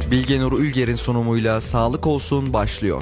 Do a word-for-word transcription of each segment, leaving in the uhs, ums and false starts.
Bilgenur Ülger'in sunumuyla Sağlık Olsun başlıyor.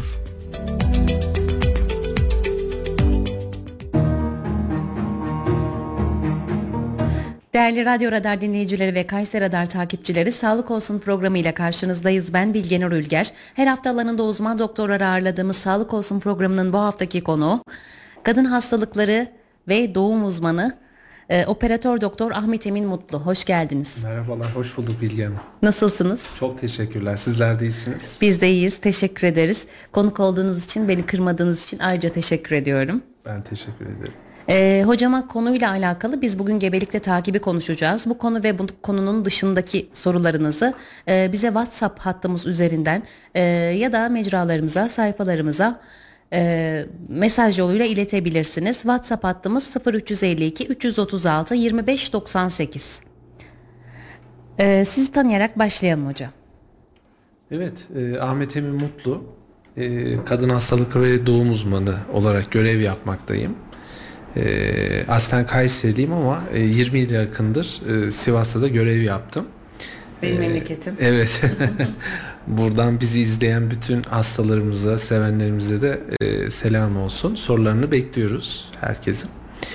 Değerli Radyo Radar dinleyicileri ve Kayseri Radar takipçileri, Sağlık Olsun programıyla karşınızdayız. Ben Bilgenur Ülger. Her hafta alanında uzman doktorları ağırladığımız Sağlık Olsun programının bu haftaki konuğu kadın hastalıkları ve doğum uzmanı e, operatör doktor Ahmet Emin Mutlu. Hoş geldiniz. Merhabalar, hoş bulduk Bilge Hanım. Nasılsınız? Çok teşekkürler. Sizler de iyisiniz. Biz de iyiyiz. Teşekkür ederiz. Konuk olduğunuz için, beni kırmadığınız için ayrıca teşekkür ediyorum. Ben teşekkür ederim. Ee, hocama konuyla alakalı biz bugün gebelikte takibi konuşacağız. Bu konu ve bu konunun dışındaki sorularınızı e, bize WhatsApp hattımız üzerinden e, ya da mecralarımıza, sayfalarımıza e, mesaj yoluyla iletebilirsiniz. WhatsApp hattımız sıfır üç elli iki üç otuz altı yirmi beş doksan sekiz. E, sizi tanıyarak başlayalım hocam. Evet, e, Ahmet Emin Mutlu, e, kadın hastalıkları ve doğum uzmanı olarak görev yapmaktayım. E, aslen Kayseriliyim ama e, yirmi yıl yakındır e, Sivas'ta da görev yaptım. Benim e, memleketim. Evet. Buradan bizi izleyen bütün hastalarımıza, sevenlerimize de e, selam olsun. Sorularını bekliyoruz herkesin.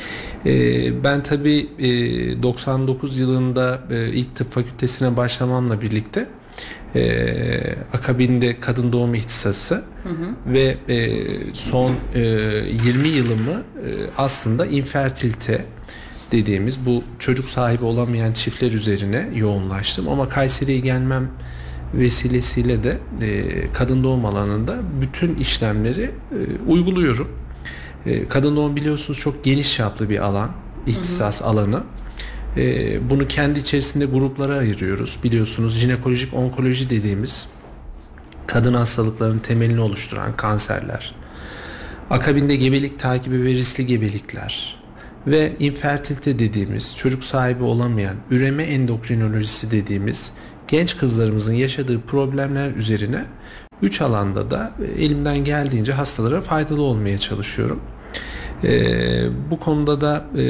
E, ben tabii e, doksan dokuz yılında e, ilk tıp fakültesine başlamamla birlikte Ee, akabinde kadın doğum ihtisası hı hı. ve e, son e, yirmi yılımı e, aslında infertilite dediğimiz bu çocuk sahibi olamayan çiftler üzerine yoğunlaştım. Ama Kayseri'ye gelmem vesilesiyle de e, kadın doğum alanında bütün işlemleri e, uyguluyorum. E, kadın doğum biliyorsunuz çok geniş çaplı bir alan, ihtisas hı hı. alanı. Ee, bunu kendi içerisinde gruplara ayırıyoruz. Biliyorsunuz jinekolojik onkoloji dediğimiz kadın hastalıklarının temelini oluşturan kanserler, akabinde gebelik takibi ve riskli gebelikler ve infertilite dediğimiz çocuk sahibi olamayan üreme endokrinolojisi dediğimiz genç kızlarımızın yaşadığı problemler üzerine üç alanda da elimden geldiğince hastalara faydalı olmaya çalışıyorum. Ee, bu konuda da e,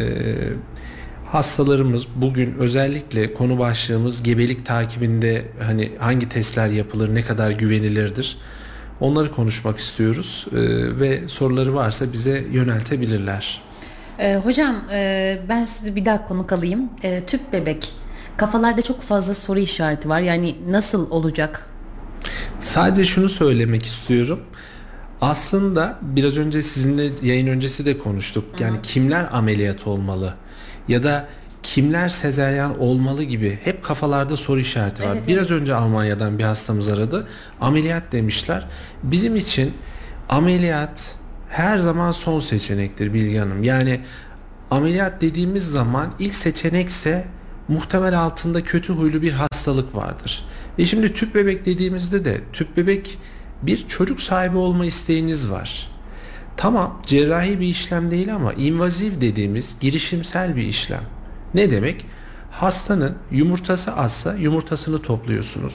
hastalarımız bugün özellikle konu başlığımız gebelik takibinde hani hangi testler yapılır, ne kadar güvenilirdir, onları konuşmak istiyoruz ee, ve soruları varsa bize yöneltebilirler. Ee, hocam e, ben sizi bir daha konuk alayım. E, tüp bebek, kafalarda çok fazla soru işareti var, yani nasıl olacak? Sadece şunu söylemek istiyorum. Aslında biraz önce sizinle yayın öncesi de konuştuk. Yani Hı-hı. kimler ameliyat olmalı? Ya da kimler sezaryen olmalı gibi hep kafalarda soru işareti var. Evet, Biraz evet. önce Almanya'dan bir hastamız aradı. Ameliyat demişler. Bizim için ameliyat her zaman son seçenektir Bilge Hanım. Yani ameliyat dediğimiz zaman ilk seçenekse muhtemel altında kötü huylu bir hastalık vardır. Ve şimdi tüp bebek dediğimizde de tüp bebek bir çocuk sahibi olma isteğiniz var. Tamam, cerrahi bir işlem değil ama invaziv dediğimiz girişimsel bir işlem. Ne demek? Hastanın yumurtası azsa yumurtasını topluyorsunuz.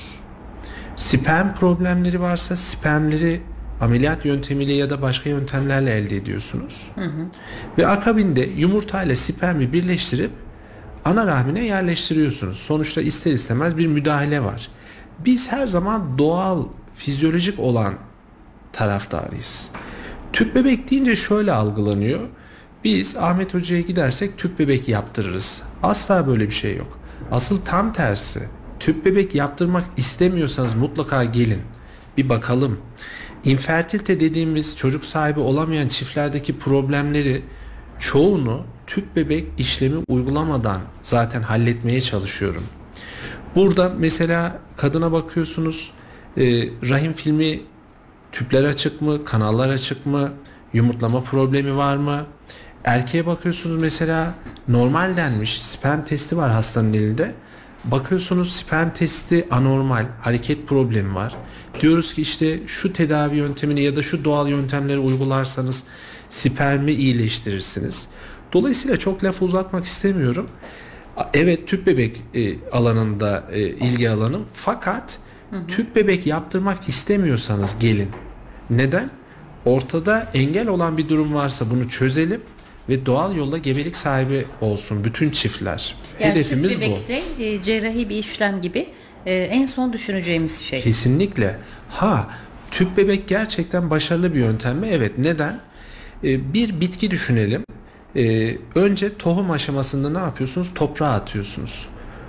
Sperm problemleri varsa spermleri ameliyat yöntemiyle ya da başka yöntemlerle elde ediyorsunuz. Hı hı. Ve akabinde yumurtayla spermi birleştirip ana rahmine yerleştiriyorsunuz. Sonuçta ister istemez bir müdahale var. Biz her zaman doğal, fizyolojik olan taraftarıyız. Tüp bebek deyince şöyle algılanıyor. Biz Ahmet Hoca'ya gidersek tüp bebek yaptırırız. Asla böyle bir şey yok. Asıl tam tersi. Tüp bebek yaptırmak istemiyorsanız mutlaka gelin. Bir bakalım. İnfertilite dediğimiz çocuk sahibi olamayan çiftlerdeki problemleri çoğunu tüp bebek işlemi uygulamadan zaten halletmeye çalışıyorum. Burada mesela kadına bakıyorsunuz, e, rahim filmi, tüpler açık mı, kanallar açık mı, yumurtlama problemi var mı? Erkeğe bakıyorsunuz mesela normal denmiş, sperm testi var hastanın elinde. Bakıyorsunuz sperm testi anormal, hareket problemi var. Diyoruz ki işte şu tedavi yöntemini ya da şu doğal yöntemleri uygularsanız spermi iyileştirirsiniz. Dolayısıyla çok lafı uzatmak istemiyorum. Evet, tüp bebek e, alanında e, ilgi alanım, fakat hı hı. tüp bebek yaptırmak istemiyorsanız gelin. Neden? Ortada engel olan bir durum varsa bunu çözelim ve doğal yolla gebelik sahibi olsun bütün çiftler. Yani Hedefimiz tüp bu. bebekte e, cerrahi bir işlem gibi e, en son düşüneceğimiz şey. Kesinlikle. Ha, tüp bebek gerçekten başarılı bir yöntem mi? Evet. Neden? Ee, bir bitki düşünelim. Ee, önce tohum aşamasında ne yapıyorsunuz? Toprağa atıyorsunuz.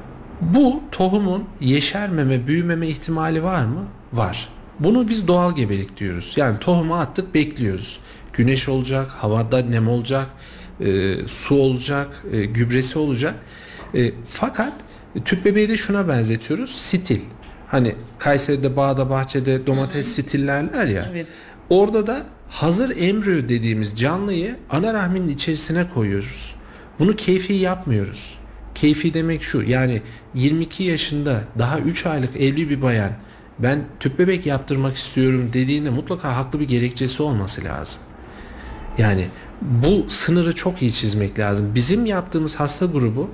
Bu tohumun yeşermeme, büyümeme ihtimali var mı? Var. Bunu biz doğal gebelik diyoruz. Yani tohumu attık, bekliyoruz. Güneş olacak, havada nem olacak, e, su olacak, e, gübresi olacak. E, fakat tüp bebeği de şuna benzetiyoruz. Stil. Hani Kayseri'de bağda bahçede domates stillerler ya. Evet. Orada da hazır embriyo dediğimiz canlıyı ana rahminin içerisine koyuyoruz. Bunu keyfi yapmıyoruz. Keyfi demek şu, yani yirmi iki yaşında daha üç aylık evli bir bayan ben tüp bebek yaptırmak istiyorum dediğinde mutlaka haklı bir gerekçesi olması lazım. Yani bu sınırı çok iyi çizmek lazım. Bizim yaptığımız hasta grubu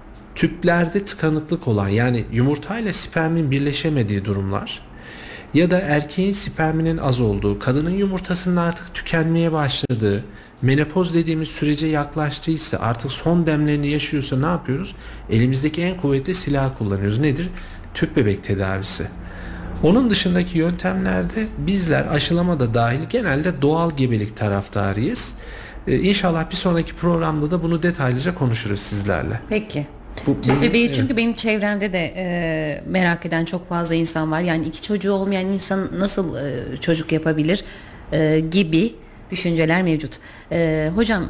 tüplerde tıkanıklık olan, yani yumurtayla spermin birleşemediği durumlar ya da erkeğin sperminin az olduğu, kadının yumurtasının artık tükenmeye başladığı, menopoz dediğimiz sürece yaklaştıysa, artık son demlerini yaşıyorsa ne yapıyoruz? Elimizdeki en kuvvetli silahı kullanıyoruz. Nedir? Tüp bebek tedavisi. Onun dışındaki yöntemlerde bizler aşılama da dahil genelde doğal gebelik taraftarıyız. Ee, İnşallah bir sonraki programda da bunu detaylıca konuşuruz sizlerle. Peki. Bu, Tüp bunu- bebeği evet. çünkü benim çevremde de e, merak eden çok fazla insan var. Yani iki çocuğu olmayan insan nasıl e, çocuk yapabilir e, gibi düşünceler mevcut. E, hocam,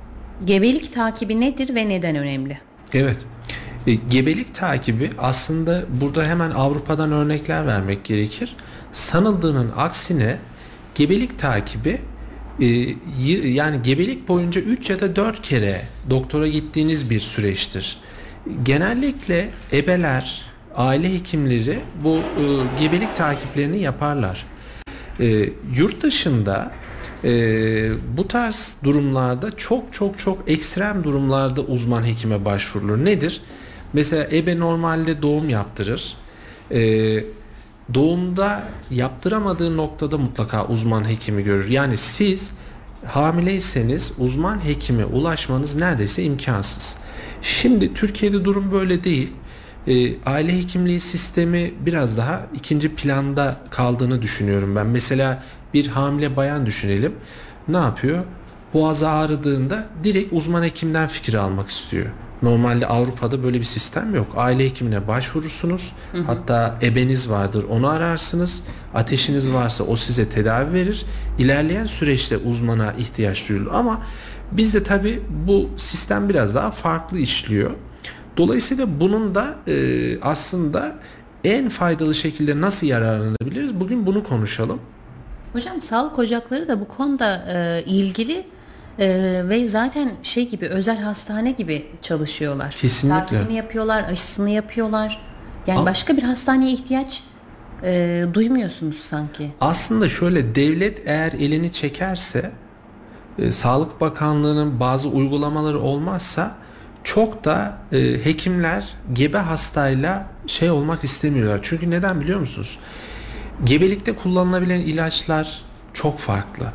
gebelik takibi nedir ve neden önemli? Evet. E, gebelik takibi aslında burada hemen Avrupa'dan örnekler vermek gerekir. Sanıldığının aksine gebelik takibi e, y- yani gebelik boyunca üç ya da dört kere doktora gittiğiniz bir süreçtir. Genellikle ebeler, aile hekimleri bu e, gebelik takiplerini yaparlar. E, yurt dışında e, bu tarz durumlarda çok çok çok ekstrem durumlarda uzman hekime başvurulur. Nedir? Mesela ebe normalde doğum yaptırır. E, doğumda yaptıramadığı noktada mutlaka uzman hekimi görür. Yani siz hamileyseniz uzman hekime ulaşmanız neredeyse imkansız. Şimdi Türkiye'de durum böyle değil. E, aile hekimliği sistemi biraz daha ikinci planda kaldığını düşünüyorum ben. Mesela bir hamile bayan düşünelim. Ne yapıyor? Boğazı ağrıdığında direkt uzman hekimden fikir almak istiyor. Normalde Avrupa'da böyle bir sistem yok. Aile hekimine başvurursunuz. Hı hı. Hatta ebeniz vardır, onu ararsınız. Ateşiniz varsa o size tedavi verir. İlerleyen süreçte uzmana ihtiyaç duyulur. Ama bizde tabii bu sistem biraz daha farklı işliyor. Dolayısıyla bunun da e, aslında en faydalı şekilde nasıl yararlanabiliriz? Bugün bunu konuşalım. Hocam, sağlık ocakları da bu konuda e, ilgili e, ve zaten şey gibi, özel hastane gibi çalışıyorlar. Kesinlikle. Takibini yapıyorlar, aşısını yapıyorlar. Yani Ama, başka bir hastaneye ihtiyaç e, duymuyorsunuz sanki. aslında şöyle, devlet eğer elini çekerse, e, Sağlık Bakanlığı'nın bazı uygulamaları olmazsa çok da e, hekimler gebe hastayla şey olmak istemiyorlar. Çünkü neden biliyor musunuz? Gebelikte kullanılabilen ilaçlar çok farklı.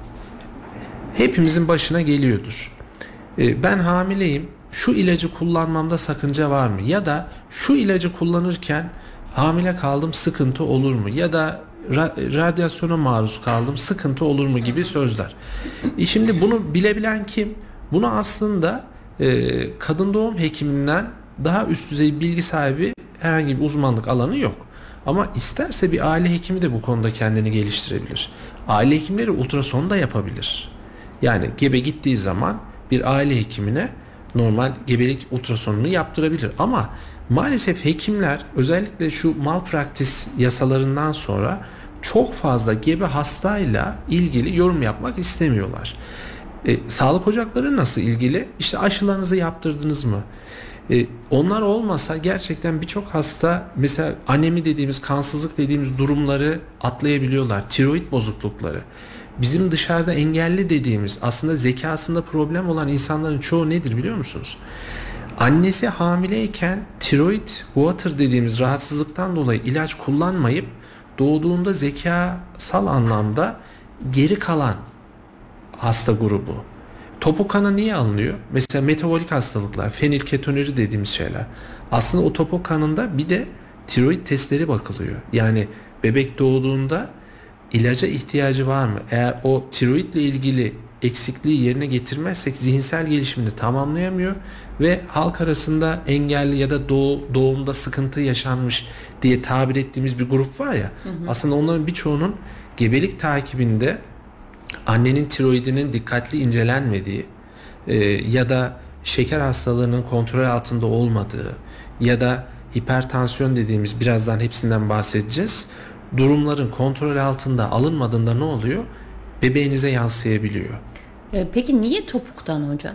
Hepimizin başına geliyordur. E, ben hamileyim, şu ilacı kullanmamda sakınca var mı? Ya da şu ilacı kullanırken hamile kaldım, sıkıntı olur mu? Ya da ra- radyasyona maruz kaldım, sıkıntı olur mu gibi sözler. E şimdi bunu bilebilen kim? Bunu aslında e, kadın doğum hekiminden daha üst düzey bilgi sahibi herhangi bir uzmanlık alanı yok. Ama isterse bir aile hekimi de bu konuda kendini geliştirebilir. Aile hekimleri ultrason da yapabilir. Yani gebe gittiği zaman bir aile hekimine normal gebelik ultrasonunu yaptırabilir. Ama maalesef hekimler özellikle şu malpraktis yasalarından sonra çok fazla gebe hastayla ilgili yorum yapmak istemiyorlar. E, sağlık ocakları nasıl ilgili? İşte aşılarınızı yaptırdınız mı? E, onlar olmasa gerçekten birçok hasta, mesela anemi dediğimiz, kansızlık dediğimiz durumları atlayabiliyorlar. Tiroid bozuklukları. Bizim dışarıda engelli dediğimiz, aslında zekasında problem olan insanların çoğu nedir biliyor musunuz? Annesi hamileyken tiroid water dediğimiz rahatsızlıktan dolayı ilaç kullanmayıp doğduğunda zekasal anlamda geri kalan hasta grubu. Topuk kanı niye alınıyor? Mesela metabolik hastalıklar, fenilketonuri dediğimiz şeyler. Aslında o topuk kanında bir de tiroid testleri bakılıyor. Yani bebek doğduğunda ilaca ihtiyacı var mı? Eğer o tiroidle ilgili eksikliği yerine getirmezsek zihinsel gelişimini tamamlayamıyor ve halk arasında engelli ya da doğu, doğumda sıkıntı yaşanmış diye tabir ettiğimiz bir grup var ya, hı hı. aslında onların birçoğunun gebelik takibinde annenin tiroidinin dikkatli incelenmediği e, ya da şeker hastalığının kontrol altında olmadığı ya da hipertansiyon dediğimiz, birazdan hepsinden bahsedeceğiz, durumların kontrol altında alınmadığında ne oluyor? Bebeğinize yansıyabiliyor. E, peki niye topuktan hocam?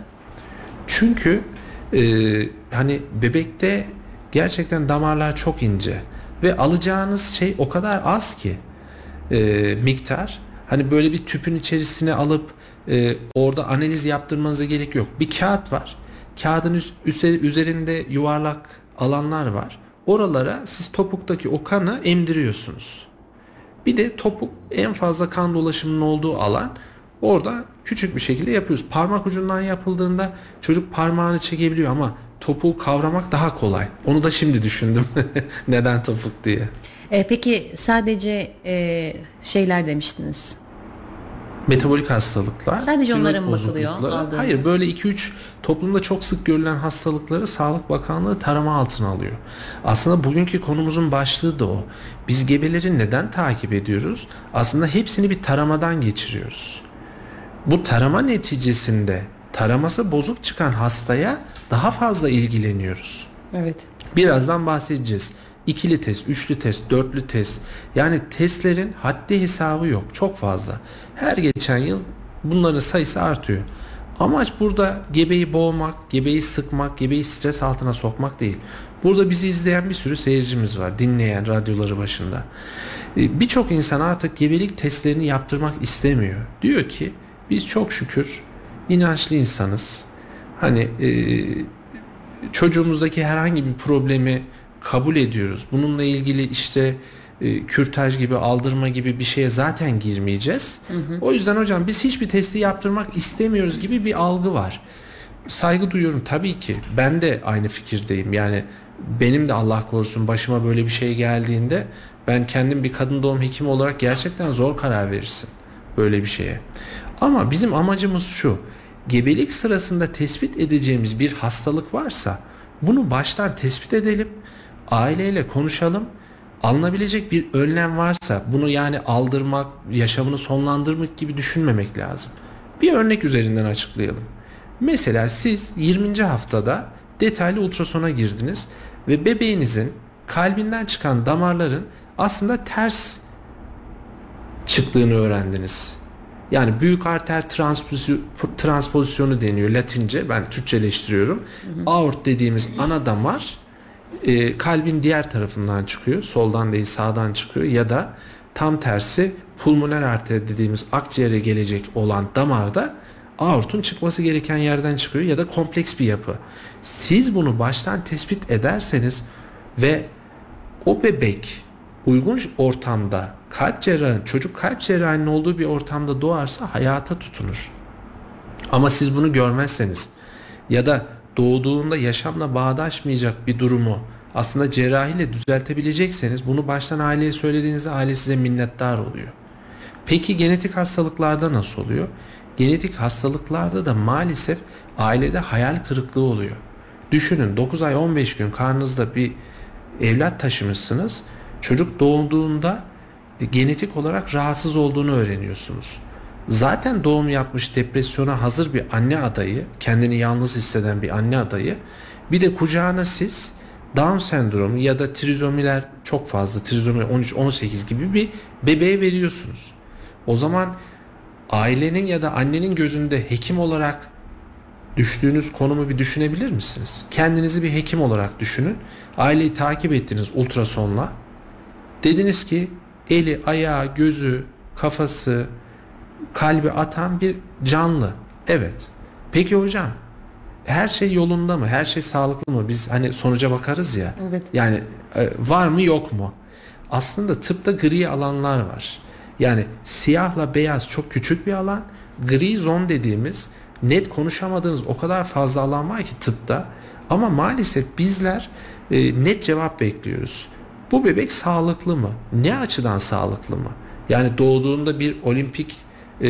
Çünkü e, hani bebekte gerçekten damarlar çok ince ve alacağınız şey o kadar az ki e, miktar. Hani böyle bir tüpün içerisine alıp e, orada analiz yaptırmanıza gerek yok. Bir kağıt var. Kağıdın üst, üzerinde yuvarlak alanlar var. Oralara siz topuktaki o kanı emdiriyorsunuz. Bir de topuk en fazla kan dolaşımının olduğu alan. Orada küçük bir şekilde yapıyoruz. Parmak ucundan yapıldığında çocuk parmağını çekebiliyor ama topuğu kavramak daha kolay. Onu da şimdi düşündüm. Neden topuk diye. E, peki sadece e, şeyler demiştiniz. Metabolik hastalıklar. Sadece onlara mı bakılıyor? Hayır, böyle iki üç toplumda çok sık görülen hastalıkları Sağlık Bakanlığı tarama altına alıyor. Aslında bugünkü konumuzun başlığı da o. Biz gebeleri neden takip ediyoruz? Aslında hepsini bir taramadan geçiriyoruz. Bu tarama neticesinde taraması bozuk çıkan hastaya daha fazla ilgileniyoruz. Evet. Birazdan bahsedeceğiz. İkili test, üçlü test, dörtlü test. Yani testlerin haddi hesabı yok. Çok fazla. Her geçen yıl bunların sayısı artıyor. Amaç burada gebeyi boğmak, gebeyi sıkmak, gebeyi stres altına sokmak değil. Burada bizi izleyen bir sürü seyircimiz var. Dinleyen, radyoları başında. Birçok insan artık gebelik testlerini yaptırmak istemiyor. Diyor ki biz çok şükür inançlı insanız. Hani e, çocuğumuzdaki herhangi bir problemi kabul ediyoruz. Bununla ilgili işte e, kürtaj gibi, aldırma gibi bir şeye zaten girmeyeceğiz. Hı hı. O yüzden hocam biz hiçbir testi yaptırmak istemiyoruz gibi bir algı var. Saygı duyuyorum tabii ki. Ben de aynı fikirdeyim. Yani benim de Allah korusun başıma böyle bir şey geldiğinde ben kendim bir kadın doğum hekimi olarak gerçekten zor karar verirsin böyle bir şeye. Ama bizim amacımız şu. Gebelik sırasında tespit edeceğimiz bir hastalık varsa bunu baştan tespit edelim. Aileyle konuşalım. Alınabilecek bir önlem varsa bunu yani aldırmak, yaşamını sonlandırmak gibi düşünmemek lazım. Bir örnek üzerinden açıklayalım. Mesela siz yirminci haftada detaylı ultrasona girdiniz ve bebeğinizin kalbinden çıkan damarların aslında ters çıktığını öğrendiniz. Yani büyük arter transpozisyonu deniyor Latince. Ben Türkçeleştiriyorum. Hı hı. Aort dediğimiz ana damar e, kalbin diğer tarafından çıkıyor. Soldan değil sağdan çıkıyor. Ya da tam tersi pulmoner arter dediğimiz akciğere gelecek olan damarda aortun çıkması gereken yerden çıkıyor ya da kompleks bir yapı. Siz bunu baştan tespit ederseniz ve o bebek uygun ortamda kalp cerrahı, çocuk kalp cerrahının olduğu bir ortamda doğarsa hayata tutunur. Ama siz bunu görmezseniz ya da doğduğunda yaşamla bağdaşmayacak bir durumu aslında cerrahiyle düzeltebilecekseniz bunu baştan aileye söylediğinizde aile size minnettar oluyor. Peki genetik hastalıklarda nasıl oluyor? Genetik hastalıklarda da maalesef ailede hayal kırıklığı oluyor. Düşünün dokuz ay on beş gün karnınızda bir evlat taşımışsınız. Çocuk doğduğunda genetik olarak rahatsız olduğunu öğreniyorsunuz. Zaten doğum yapmış, depresyona hazır bir anne adayı, kendini yalnız hisseden bir anne adayı, bir de kucağına siz Down sendromu ya da trizomiler çok fazla, trizomi on üç on sekiz gibi bir bebeğe veriyorsunuz. O zaman ailenin ya da annenin gözünde hekim olarak düştüğünüz konumu bir düşünebilir misiniz? Kendinizi bir hekim olarak düşünün. Aileyi takip ettiniz ultrasonla. Dediniz ki eli, ayağı, gözü, kafası, kalbi atan bir canlı. Evet. Peki hocam her şey yolunda mı? Her şey sağlıklı mı? Biz hani sonuca bakarız ya. Evet. Yani var mı yok mu? Aslında tıpta gri alanlar var. Yani siyahla beyaz çok küçük bir alan. Gri zon dediğimiz net konuşamadığınız o kadar fazla alan var ki tıpta. Ama maalesef bizler e, net cevap bekliyoruz. Bu bebek sağlıklı mı? Ne açıdan sağlıklı mı? Yani doğduğunda bir olimpik e,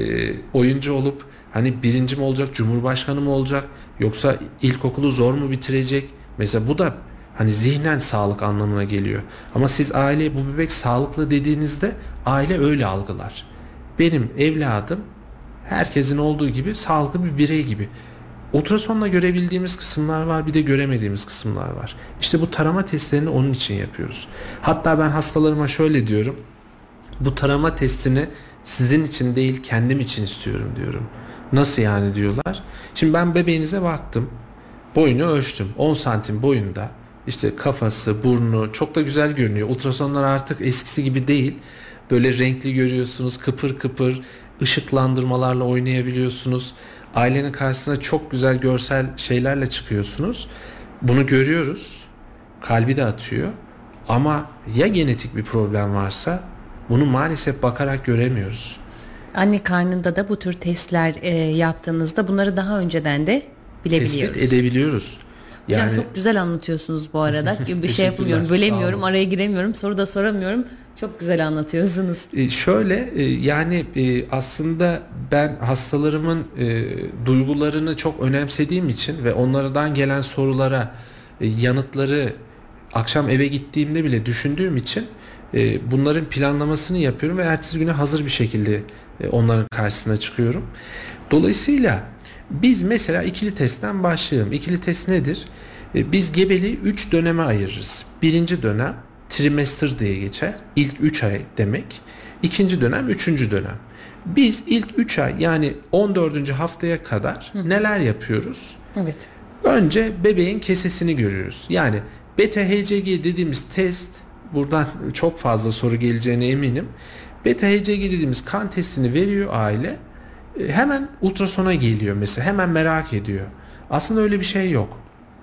oyuncu olup hani birinci mi olacak, cumhurbaşkanı mı olacak, yoksa ilkokulu zor mu bitirecek? Mesela bu da hani zihnen sağlık anlamına geliyor. Ama siz aileye bu bebek sağlıklı dediğinizde aile öyle algılar. Benim evladım herkesin olduğu gibi sağlıklı bir birey gibi. Ultrasonla görebildiğimiz kısımlar var, bir de göremediğimiz kısımlar var. İşte bu tarama testlerini onun için yapıyoruz. Hatta ben hastalarıma şöyle diyorum. Bu tarama testini sizin için değil, kendim için istiyorum diyorum. Nasıl yani diyorlar. Şimdi ben bebeğinize baktım. Boyunu ölçtüm. on santim boyunda. İşte kafası, burnu çok da güzel görünüyor. Ultrasonlar artık eskisi gibi değil. Böyle renkli görüyorsunuz, kıpır kıpır ışıklandırmalarla oynayabiliyorsunuz. Ailenin karşısına çok güzel görsel şeylerle çıkıyorsunuz. Bunu görüyoruz. Kalbi de atıyor. Ama ya genetik bir problem varsa bunu maalesef bakarak göremiyoruz. Anne karnında da bu tür testler e, yaptığınızda bunları daha önceden de bilebiliyoruz. Tespit edebiliyoruz. Yani Hocam çok güzel anlatıyorsunuz bu arada. Bir şey yapamıyorum, bölemiyorum, araya giremiyorum, soru da soramıyorum. Çok güzel anlatıyorsunuz. E şöyle e, yani e, aslında ben hastalarımın e, duygularını çok önemsediğim için ve onlardan gelen sorulara e, yanıtları akşam eve gittiğimde bile düşündüğüm için e, bunların planlamasını yapıyorum ve ertesi güne hazır bir şekilde e, onların karşısına çıkıyorum. Dolayısıyla biz mesela ikili testten başlayalım. İkili test nedir? E, biz gebeliği üç döneme ayırırız. Birinci dönem trimester diye geçer. İlk üç ay demek. İkinci dönem üçüncü dönem. Biz ilk üç ay yani on dördüncü haftaya kadar Hı. neler yapıyoruz? Evet. Önce bebeğin kesesini görüyoruz. Yani beta H C G dediğimiz test, buradan çok fazla soru geleceğine eminim. Beta H C G dediğimiz kan testini veriyor aile. Hemen ultrasona geliyor mesela. Hemen merak ediyor. Aslında öyle bir şey yok.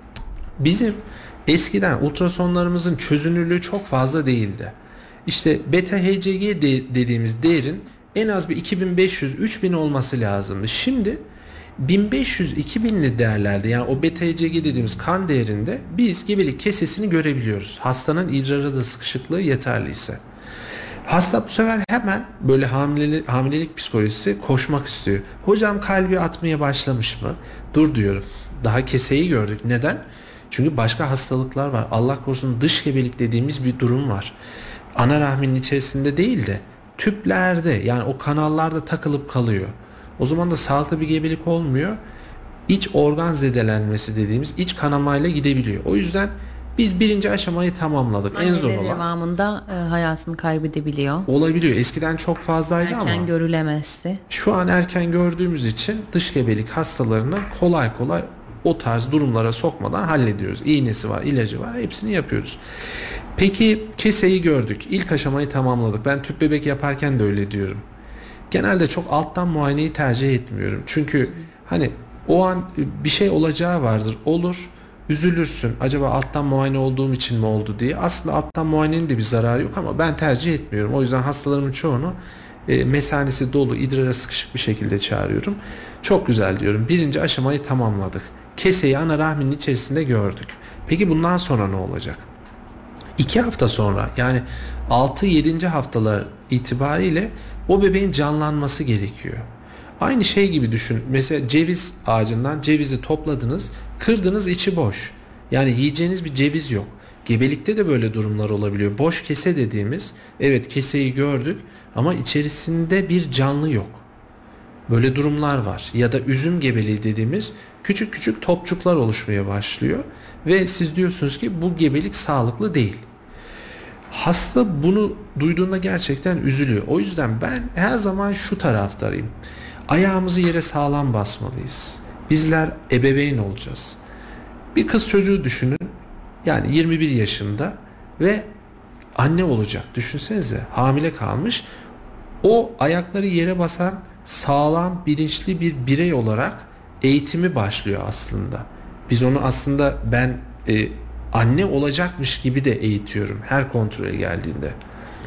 Bizim eskiden ultrasonlarımızın çözünürlüğü çok fazla değildi. İşte beta H C G de dediğimiz değerin en az bir iki bin beş yüz üç bin olması lazımdı. Şimdi bin beş yüz iki binli değerlerde, yani o beta H C G dediğimiz kan değerinde biz gebelik kesesini görebiliyoruz. Hastanın idrarı da sıkışıklığı yeterliyse. Hasta bu sefer hemen böyle hamilelik, hamilelik psikolojisi koşmak istiyor. Hocam kalbi atmaya başlamış mı? Dur diyorum. Daha keseyi gördük. Neden? Çünkü başka hastalıklar var. Allah korusun dış gebelik dediğimiz bir durum var. Ana rahminin içerisinde değil de tüplerde, yani o kanallarda takılıp kalıyor. O zaman da sağlıklı bir gebelik olmuyor. İç organ zedelenmesi dediğimiz iç kanamayla gidebiliyor. O yüzden biz birinci aşamayı tamamladık. Anneleri en zor olan. devamında e, hayatını kaybedebiliyor. Olabiliyor. Eskiden çok fazlaydı erken ama. Erken görülemezdi. Şu an erken gördüğümüz için dış gebelik hastalarını kolay kolay o tarz durumlara sokmadan hallediyoruz. İğnesi var, ilacı var, hepsini yapıyoruz. Peki keseyi gördük. İlk aşamayı tamamladık. Ben tüp bebek yaparken de öyle diyorum. Genelde çok alttan muayeneyi tercih etmiyorum. Çünkü hani o an bir şey olacağı vardır. Olur. Üzülürsün. Acaba alttan muayene olduğum için mi oldu diye. Aslında alttan muayenenin de bir zararı yok ama ben tercih etmiyorum. O yüzden hastalarımın çoğunu e, mesanesi dolu, idrara sıkışık bir şekilde çağırıyorum. Çok güzel diyorum. Birinci aşamayı tamamladık. Keseyi ana rahminin içerisinde gördük. Peki bundan sonra ne olacak? İki hafta sonra, yani altı yedinci haftalar itibariyle o bebeğin canlanması gerekiyor. Aynı şey gibi düşün. Mesela ceviz ağacından cevizi topladınız, kırdınız, içi boş. Yani yiyeceğiniz bir ceviz yok. Gebelikte de böyle durumlar olabiliyor. Boş kese dediğimiz, evet keseyi gördük ama içerisinde bir canlı yok. Böyle durumlar var. Ya da üzüm gebeliği dediğimiz küçük küçük topçuklar oluşmaya başlıyor ve siz diyorsunuz ki bu gebelik sağlıklı değil. Hasta bunu duyduğunda gerçekten üzülüyor. O yüzden ben her zaman şu taraftarıyım. Ayağımızı yere sağlam basmalıyız. Bizler ebeveyn olacağız. Bir kız çocuğu düşünün. Yani yirmi bir yaşında ve anne olacak. Düşünsenize, hamile kalmış. O ayakları yere basan sağlam, bilinçli bir birey olarak eğitimi başlıyor aslında. Biz onu aslında ben e, anne olacakmış gibi de eğitiyorum her kontrole geldiğinde.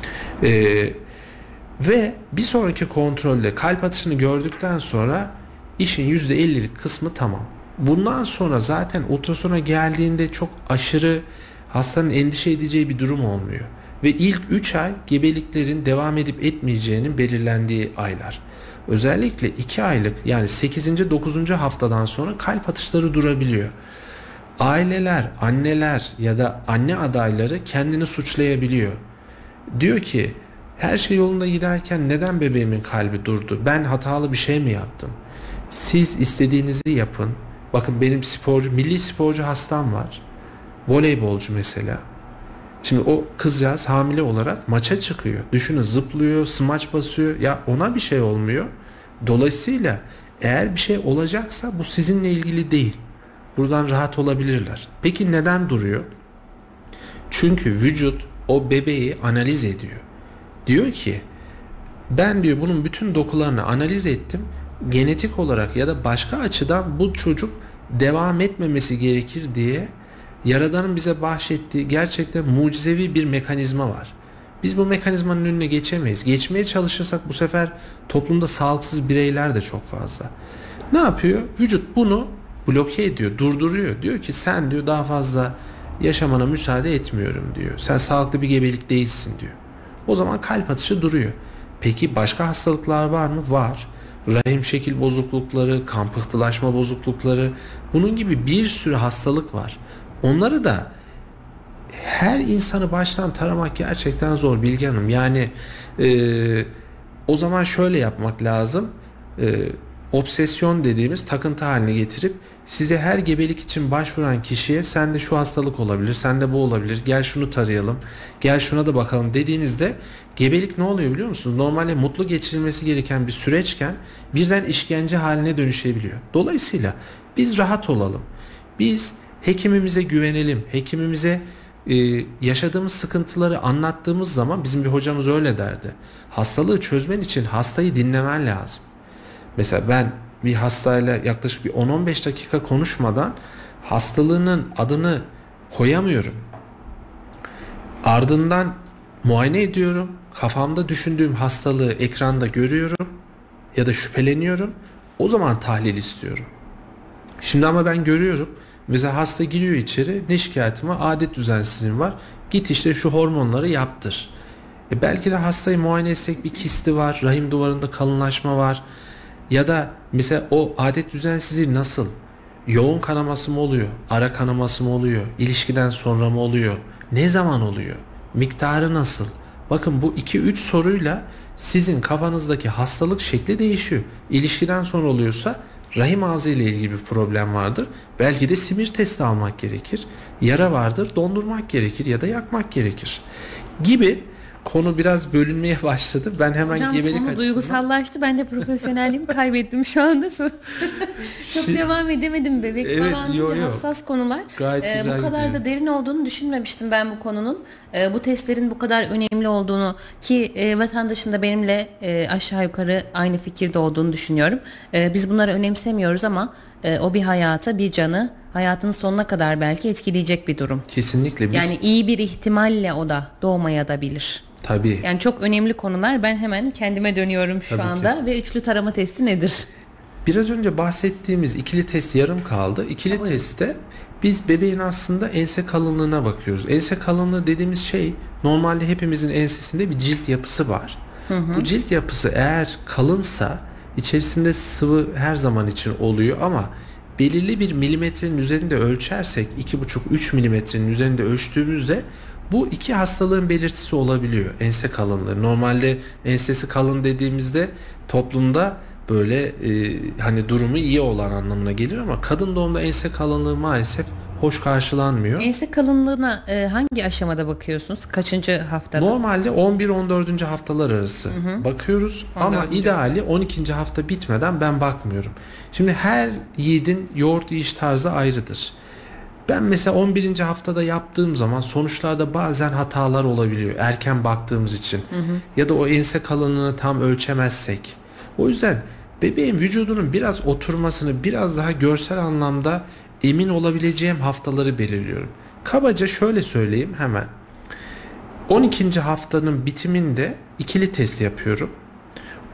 E, ve bir sonraki kontrolde kalp atışını gördükten sonra İşin yüzde ellilik kısmı tamam. Bundan sonra zaten ultrasona geldiğinde çok aşırı hastanın endişe edeceği bir durum olmuyor. Ve ilk üç ay gebeliklerin devam edip etmeyeceğinin belirlendiği aylar. Özellikle iki aylık yani sekizinci dokuzuncu haftadan sonra kalp atışları durabiliyor. Aileler, anneler ya da anne adayları kendini suçlayabiliyor. Diyor ki her şey yolunda giderken neden bebeğimin kalbi durdu? Ben hatalı bir şey mi yaptım? Siz istediğinizi yapın. Bakın benim sporcu, milli sporcu hastam var. Voleybolcu mesela. Şimdi o kızcağız hamile olarak maça çıkıyor. Düşünün, zıplıyor, smaç basıyor. Ya ona bir şey olmuyor. Dolayısıyla eğer bir şey olacaksa bu sizinle ilgili değil. Buradan rahat olabilirler. Peki neden duruyor? Çünkü vücut o bebeği analiz ediyor. Diyor ki ben diyor bunun bütün dokularını analiz ettim. Genetik olarak ya da başka açıdan bu çocuk devam etmemesi gerekir diye Yaradan'ın bize bahşettiği gerçekten mucizevi bir mekanizma var. Biz bu mekanizmanın önüne geçemeyiz. Geçmeye çalışırsak bu sefer toplumda sağlıksız bireyler de çok fazla. Ne yapıyor? Vücut bunu bloke ediyor, durduruyor. Diyor ki sen diyor daha fazla yaşamana müsaade etmiyorum diyor. Sen sağlıklı bir gebelik değilsin diyor. O zaman kalp atışı duruyor. Peki başka hastalıklar var mı? Var. Rahim şekil bozuklukları, kan pıhtılaşma bozuklukları, bunun gibi bir sürü hastalık var. Onları da her insanı baştan taramak gerçekten zor Bilge Hanım. Yani e, o zaman şöyle yapmak lazım. E, obsesyon dediğimiz takıntı haline getirip size her gebelik için başvuran kişiye sende şu hastalık olabilir, sende bu olabilir, gel şunu tarayalım, gel şuna da bakalım dediğinizde gebelik ne oluyor biliyor musunuz? Normalde mutlu geçirilmesi gereken bir süreçken birden işkence haline dönüşebiliyor. Dolayısıyla biz rahat olalım. Biz hekimimize güvenelim. Hekimimize e, yaşadığımız sıkıntıları anlattığımız zaman bizim bir hocamız öyle derdi. Hastalığı çözmen için hastayı dinlemen lazım. Mesela ben bir hastayla yaklaşık bir on on beş dakika konuşmadan hastalığının adını koyamıyorum. Ardından muayene ediyorum. Kafamda düşündüğüm hastalığı ekranda görüyorum ya da şüpheleniyorum. O zaman tahlil istiyorum. Şimdi ama ben görüyorum. Mesela hasta giriyor içeri, ne şikayetim var? Adet düzensizliğim var. Git işte şu hormonları yaptır. E belki de hastayı muayene etsek bir kisti var, rahim duvarında kalınlaşma var. Ya da mesela o adet düzensizliği nasıl? Yoğun kanaması mı oluyor? Ara kanaması mı oluyor? İlişkiden sonra mı oluyor? Ne zaman oluyor? Miktarı nasıl? Bakın bu iki üç soruyla sizin kafanızdaki hastalık şekli değişiyor. İlişkiden sonra oluyorsa rahim ağzı ile ilgili bir problem vardır. Belki de simir testi almak gerekir. Yara vardır, dondurmak gerekir ya da yakmak gerekir. Gibi konu biraz bölünmeye başladı. Ben hemen Hocam, gebelik konu açısından... duygusallaştı. Ben de profesyonelliğimi kaybettim şu anda. Çok Şimdi... devam edemedim bebek Evet, falan yo, deyince yo. hassas konular. Gayet Ee, güzel bu kadar gidiyor. da derin olduğunu düşünmemiştim ben bu konunun. Ee, bu testlerin bu kadar önemli olduğunu ki e, vatandaşın da benimle e, aşağı yukarı aynı fikirde olduğunu düşünüyorum. E, biz bunları önemsemiyoruz ama e, o bir hayata, bir canı hayatının sonuna kadar belki etkileyecek bir durum. Kesinlikle. Biz... Yani iyi bir ihtimalle o da doğmaya da bilir. Tabii. Yani çok önemli konular. Ben hemen kendime dönüyorum şu Tabii anda ki. ve üçlü tarama testi nedir? Biraz önce bahsettiğimiz ikili test yarım kaldı. İkili Ha, testte biz bebeğin aslında ense kalınlığına bakıyoruz. Ense kalınlığı dediğimiz şey normalde hepimizin ensesinde bir cilt yapısı var. Hı hı. Bu cilt yapısı eğer kalınsa içerisinde sıvı her zaman için oluyor ama belirli bir milimetrenin üzerinde ölçersek iki buçuk üç milimetrenin üzerinde ölçtüğümüzde bu iki hastalığın belirtisi olabiliyor. Ense kalınlığı. Normalde ensesi kalın dediğimizde toplumda böyle e, hani durumu iyi olan anlamına gelir ama kadın doğumda ense kalınlığı maalesef hoş karşılanmıyor. Ense kalınlığına e, hangi aşamada bakıyorsunuz? Kaçıncı haftada? Normalde on bir on dördüncü haftalar arası hı hı. bakıyoruz on dördüncü. Ama ideali on ikinci hafta bitmeden ben bakmıyorum. Şimdi her yiğidin yoğurt yiyiş tarzı ayrıdır. Ben mesela on birinci haftada yaptığım zaman sonuçlarda bazen hatalar olabiliyor. Erken baktığımız için. Hı hı. Ya da o ense kalınlığını tam ölçemezsek. O yüzden bebeğin vücudunun biraz oturmasını biraz daha görsel anlamda emin olabileceğim haftaları belirliyorum. Kabaca şöyle söyleyeyim hemen. on ikinci haftanın bitiminde ikili test yapıyorum.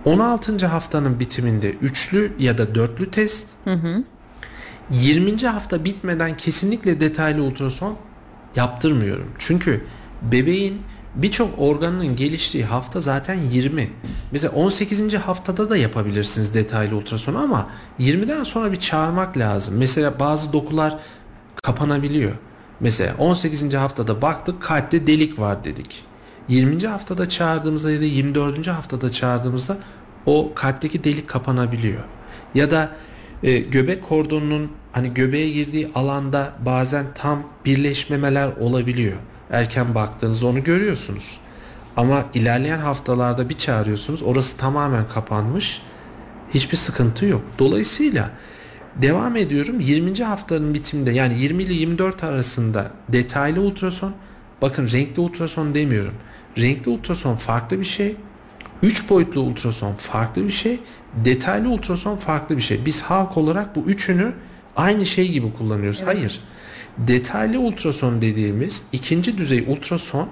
on altıncı haftanın bitiminde üçlü ya da dörtlü test. Hı hı. yirminci hafta bitmeden kesinlikle detaylı ultrason yaptırmıyorum. Çünkü bebeğin birçok organının geliştiği hafta zaten yirmi. Mesela on sekizinci haftada da yapabilirsiniz detaylı ultrasonu ama yirmiden sonra bir çağırmak lazım. Mesela bazı dokular kapanabiliyor. Mesela on sekizinci haftada baktık kalpte delik var dedik. yirminci haftada çağırdığımızda ya da yirmi dördüncü haftada çağırdığımızda o kalpteki delik kapanabiliyor. Ya da e, göbek kordonunun hani göbeğe girdiği alanda bazen tam birleşmemeler olabiliyor. Erken baktığınızda onu görüyorsunuz. Ama ilerleyen haftalarda bir çağırıyorsunuz, orası tamamen kapanmış. Hiçbir sıkıntı yok. Dolayısıyla devam ediyorum. yirminci haftanın bitiminde yani yirmi ile yirmi dört arasında detaylı ultrason. Bakın renkli ultrason demiyorum. Renkli ultrason farklı bir şey. üç boyutlu ultrason farklı bir şey. Detaylı ultrason farklı bir şey. Biz halk olarak bu üçünü aynı şey gibi kullanıyoruz. Evet. Hayır. Detaylı ultrason dediğimiz ikinci düzey ultrason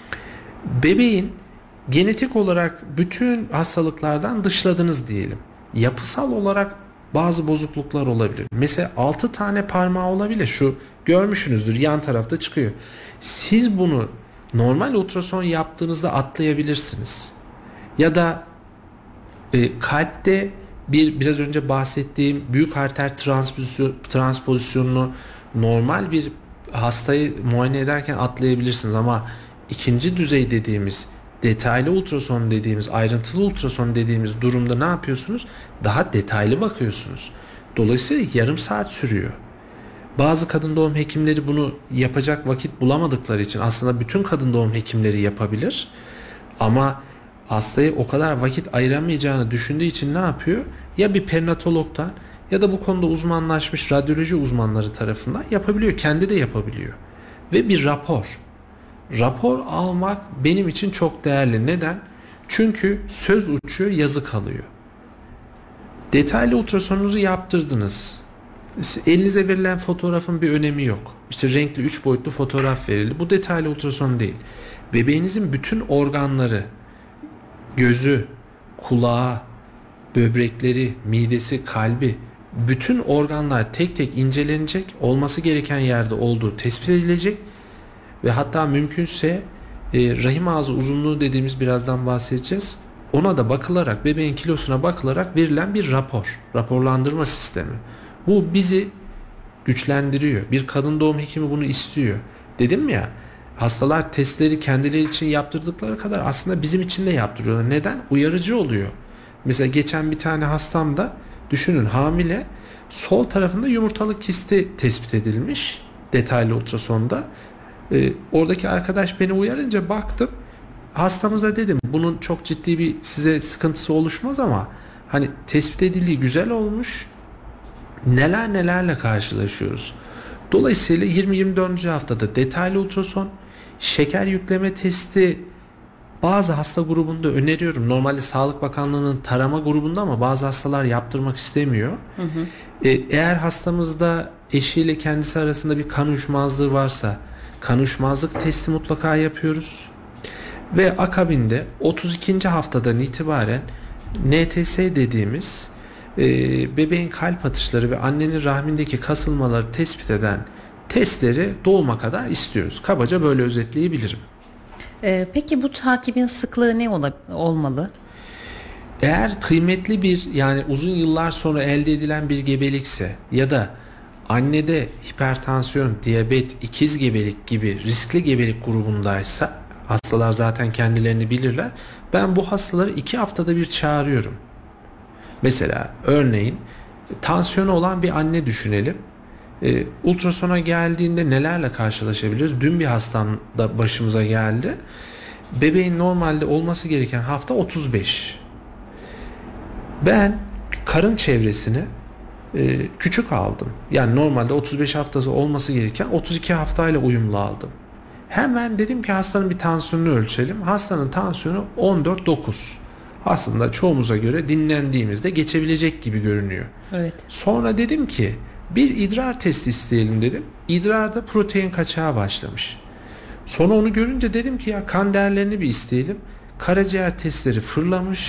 bebeğin genetik olarak bütün hastalıklardan dışladınız diyelim. Yapısal olarak bazı bozukluklar olabilir. Mesela altı tane parmağı olabilir. Şu görmüşsünüzdür, yan tarafta çıkıyor. Siz bunu normal ultrason yaptığınızda atlayabilirsiniz. Ya da e, kalpte bir biraz önce bahsettiğim büyük arter transpozisyon, transpozisyonunu normal bir hastayı muayene ederken atlayabilirsiniz ama ikinci düzey dediğimiz detaylı ultrason dediğimiz ayrıntılı ultrason dediğimiz durumda ne yapıyorsunuz? Daha detaylı bakıyorsunuz. Dolayısıyla yarım saat sürüyor. Bazı kadın doğum hekimleri bunu yapacak vakit bulamadıkları için aslında bütün kadın doğum hekimleri yapabilir. Ama hastaya o kadar vakit ayıramayacağını düşündüğü için ne yapıyor? Ya bir perinatologdan ya da bu konuda uzmanlaşmış radyoloji uzmanları tarafından yapabiliyor. Kendi de yapabiliyor. Ve bir rapor. Rapor almak benim için çok değerli. Neden? Çünkü söz uçuyor, yazı kalıyor. Detaylı ultrasonunuzu yaptırdınız. Elinize verilen fotoğrafın bir önemi yok. İşte renkli üç boyutlu fotoğraf verildi. Bu detaylı ultrason değil. Bebeğinizin bütün organları, gözü, kulağı, böbrekleri, midesi, kalbi, bütün organlar tek tek incelenecek, olması gereken yerde olduğu tespit edilecek ve hatta mümkünse e, rahim ağzı uzunluğu dediğimiz birazdan bahsedeceğiz. Ona da bakılarak, bebeğin kilosuna bakılarak verilen bir rapor, raporlandırma sistemi. Bu bizi güçlendiriyor. Bir kadın doğum hekimi bunu istiyor. Dedim ya, hastalar testleri kendileri için yaptırdıkları kadar aslında bizim için de yaptırıyorlar. Neden? Uyarıcı oluyor. Mesela geçen bir tane hastamda düşünün hamile, sol tarafında yumurtalık kisti tespit edilmiş detaylı ultrasonda. Ee, oradaki arkadaş beni uyarınca baktım, hastamıza dedim bunun çok ciddi bir size sıkıntısı oluşmaz ama hani tespit edildiği güzel olmuş, neler nelerle karşılaşıyoruz. Dolayısıyla yirmi yirmi dördüncü haftada detaylı ultrason, şeker yükleme testi bazı hasta grubunda öneriyorum. Normalde Sağlık Bakanlığı'nın tarama grubunda ama bazı hastalar yaptırmak istemiyor. Hı hı. Ee, eğer hastamızda eşiyle kendisi arasında bir kan uyuşmazlığı varsa kan uyuşmazlık testi mutlaka yapıyoruz. Ve akabinde otuz ikinci haftadan itibaren N T S dediğimiz e, bebeğin kalp atışları ve annenin rahmindeki kasılmaları tespit eden testleri doğuma kadar istiyoruz. Kabaca böyle özetleyebilirim. Ee, peki bu takibin sıklığı ne ola, olmalı? Eğer kıymetli bir yani uzun yıllar sonra elde edilen bir gebelikse ya da annede hipertansiyon, diyabet, ikiz gebelik gibi riskli gebelik grubundaysa hastalar zaten kendilerini bilirler. Ben bu hastaları iki haftada bir çağırıyorum. Mesela örneğin tansiyonu olan bir anne düşünelim. E, ultrasona geldiğinde nelerle karşılaşabiliriz? Dün bir hastam da başımıza geldi. Bebeğin normalde olması gereken hafta otuz beş. Ben karın çevresini e, küçük aldım. Yani normalde otuz beş haftası olması gereken otuz iki haftayla uyumlu aldım. Hemen dedim ki hastanın bir tansiyonunu ölçelim. Hastanın tansiyonu on dört dokuz. Aslında çoğumuza göre dinlendiğimizde geçebilecek gibi görünüyor. Evet. Sonra dedim ki bir idrar testi isteyelim dedim. İdrarda protein kaçağı başlamış. Sonra onu görünce dedim ki ya kan değerlerini bir isteyelim. Karaciğer testleri fırlamış.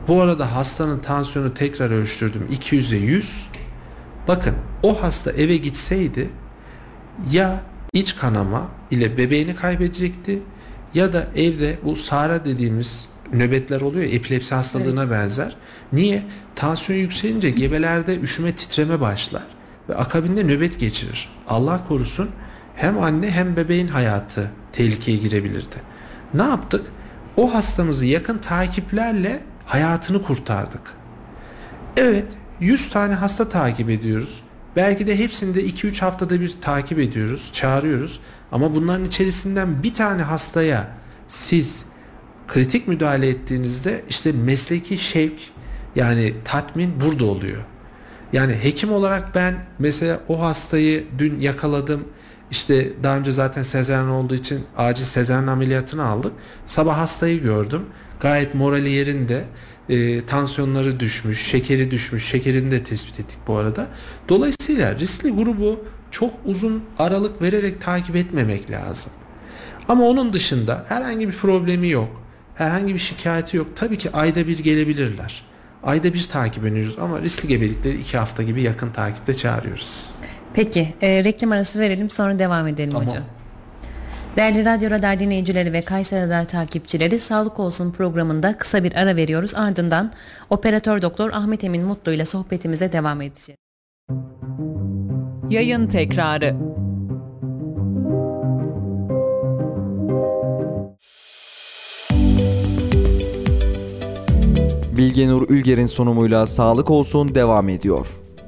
Bu arada hastanın tansiyonu tekrar ölçtürdüm, iki yüze yüz. Bakın, o hasta eve gitseydi ya iç kanama ile bebeğini kaybedecekti ya da evde bu SARA dediğimiz nöbetler oluyor, epilepsi hastalığına evet. benzer. Niye? Tansiyon yükselince gebelerde üşüme, titreme başlar ve akabinde nöbet geçirir. Allah korusun, hem anne hem bebeğin hayatı tehlikeye girebilirdi. Ne yaptık? O hastamızı yakın takiplerle hayatını kurtardık. Evet, yüz tane hasta takip ediyoruz. Belki de hepsini de iki üç haftada bir takip ediyoruz, çağırıyoruz. Ama bunların içerisinden bir tane hastaya siz kritik müdahale ettiğinizde işte mesleki şevk, yani tatmin burada oluyor. Yani hekim olarak ben mesela o hastayı dün yakaladım. İşte daha önce zaten sezaryen olduğu için acil sezaryen ameliyatını aldık. Sabah hastayı gördüm. Gayet morali yerinde. E, tansiyonları düşmüş, şekeri düşmüş. Şekerini de tespit ettik bu arada. Dolayısıyla riskli grubu çok uzun aralık vererek takip etmemek lazım. Ama onun dışında herhangi bir problemi yok. Herhangi bir şikayeti yok. Tabii ki ayda bir gelebilirler. Ayda bir takip ediyoruz ama riskli gebelikleri iki hafta gibi yakın takipte çağırıyoruz. Peki, e, reklam arası verelim, sonra devam edelim tamam. hocam. Değerli Radyo Radar dinleyicileri ve Kayseri Radar takipçileri, Sağlık Olsun programında kısa bir ara veriyoruz. Ardından Operatör Doktor Ahmet Emin Mutlu ile sohbetimize devam edeceğiz. Yayın tekrarı. Bilge Nur Ülger'in sunumuyla Sağlık Olsun devam ediyor.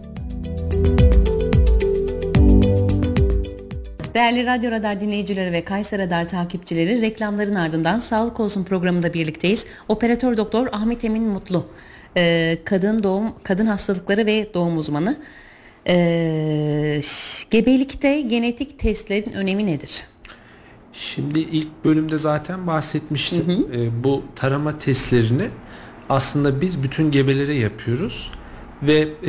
Değerli Radyo Radar dinleyicileri ve Kayseri Radar takipçileri, reklamların ardından Sağlık Olsun programında birlikteyiz. Operatör Doktor Ahmet Emin Mutlu, kadın doğum, kadın hastalıkları ve doğum uzmanı. Ee, gebelikte genetik testlerin önemi nedir? Şimdi ilk bölümde zaten bahsetmiştim. Hı hı. Ee, bu tarama testlerini aslında biz bütün gebelere yapıyoruz ve e,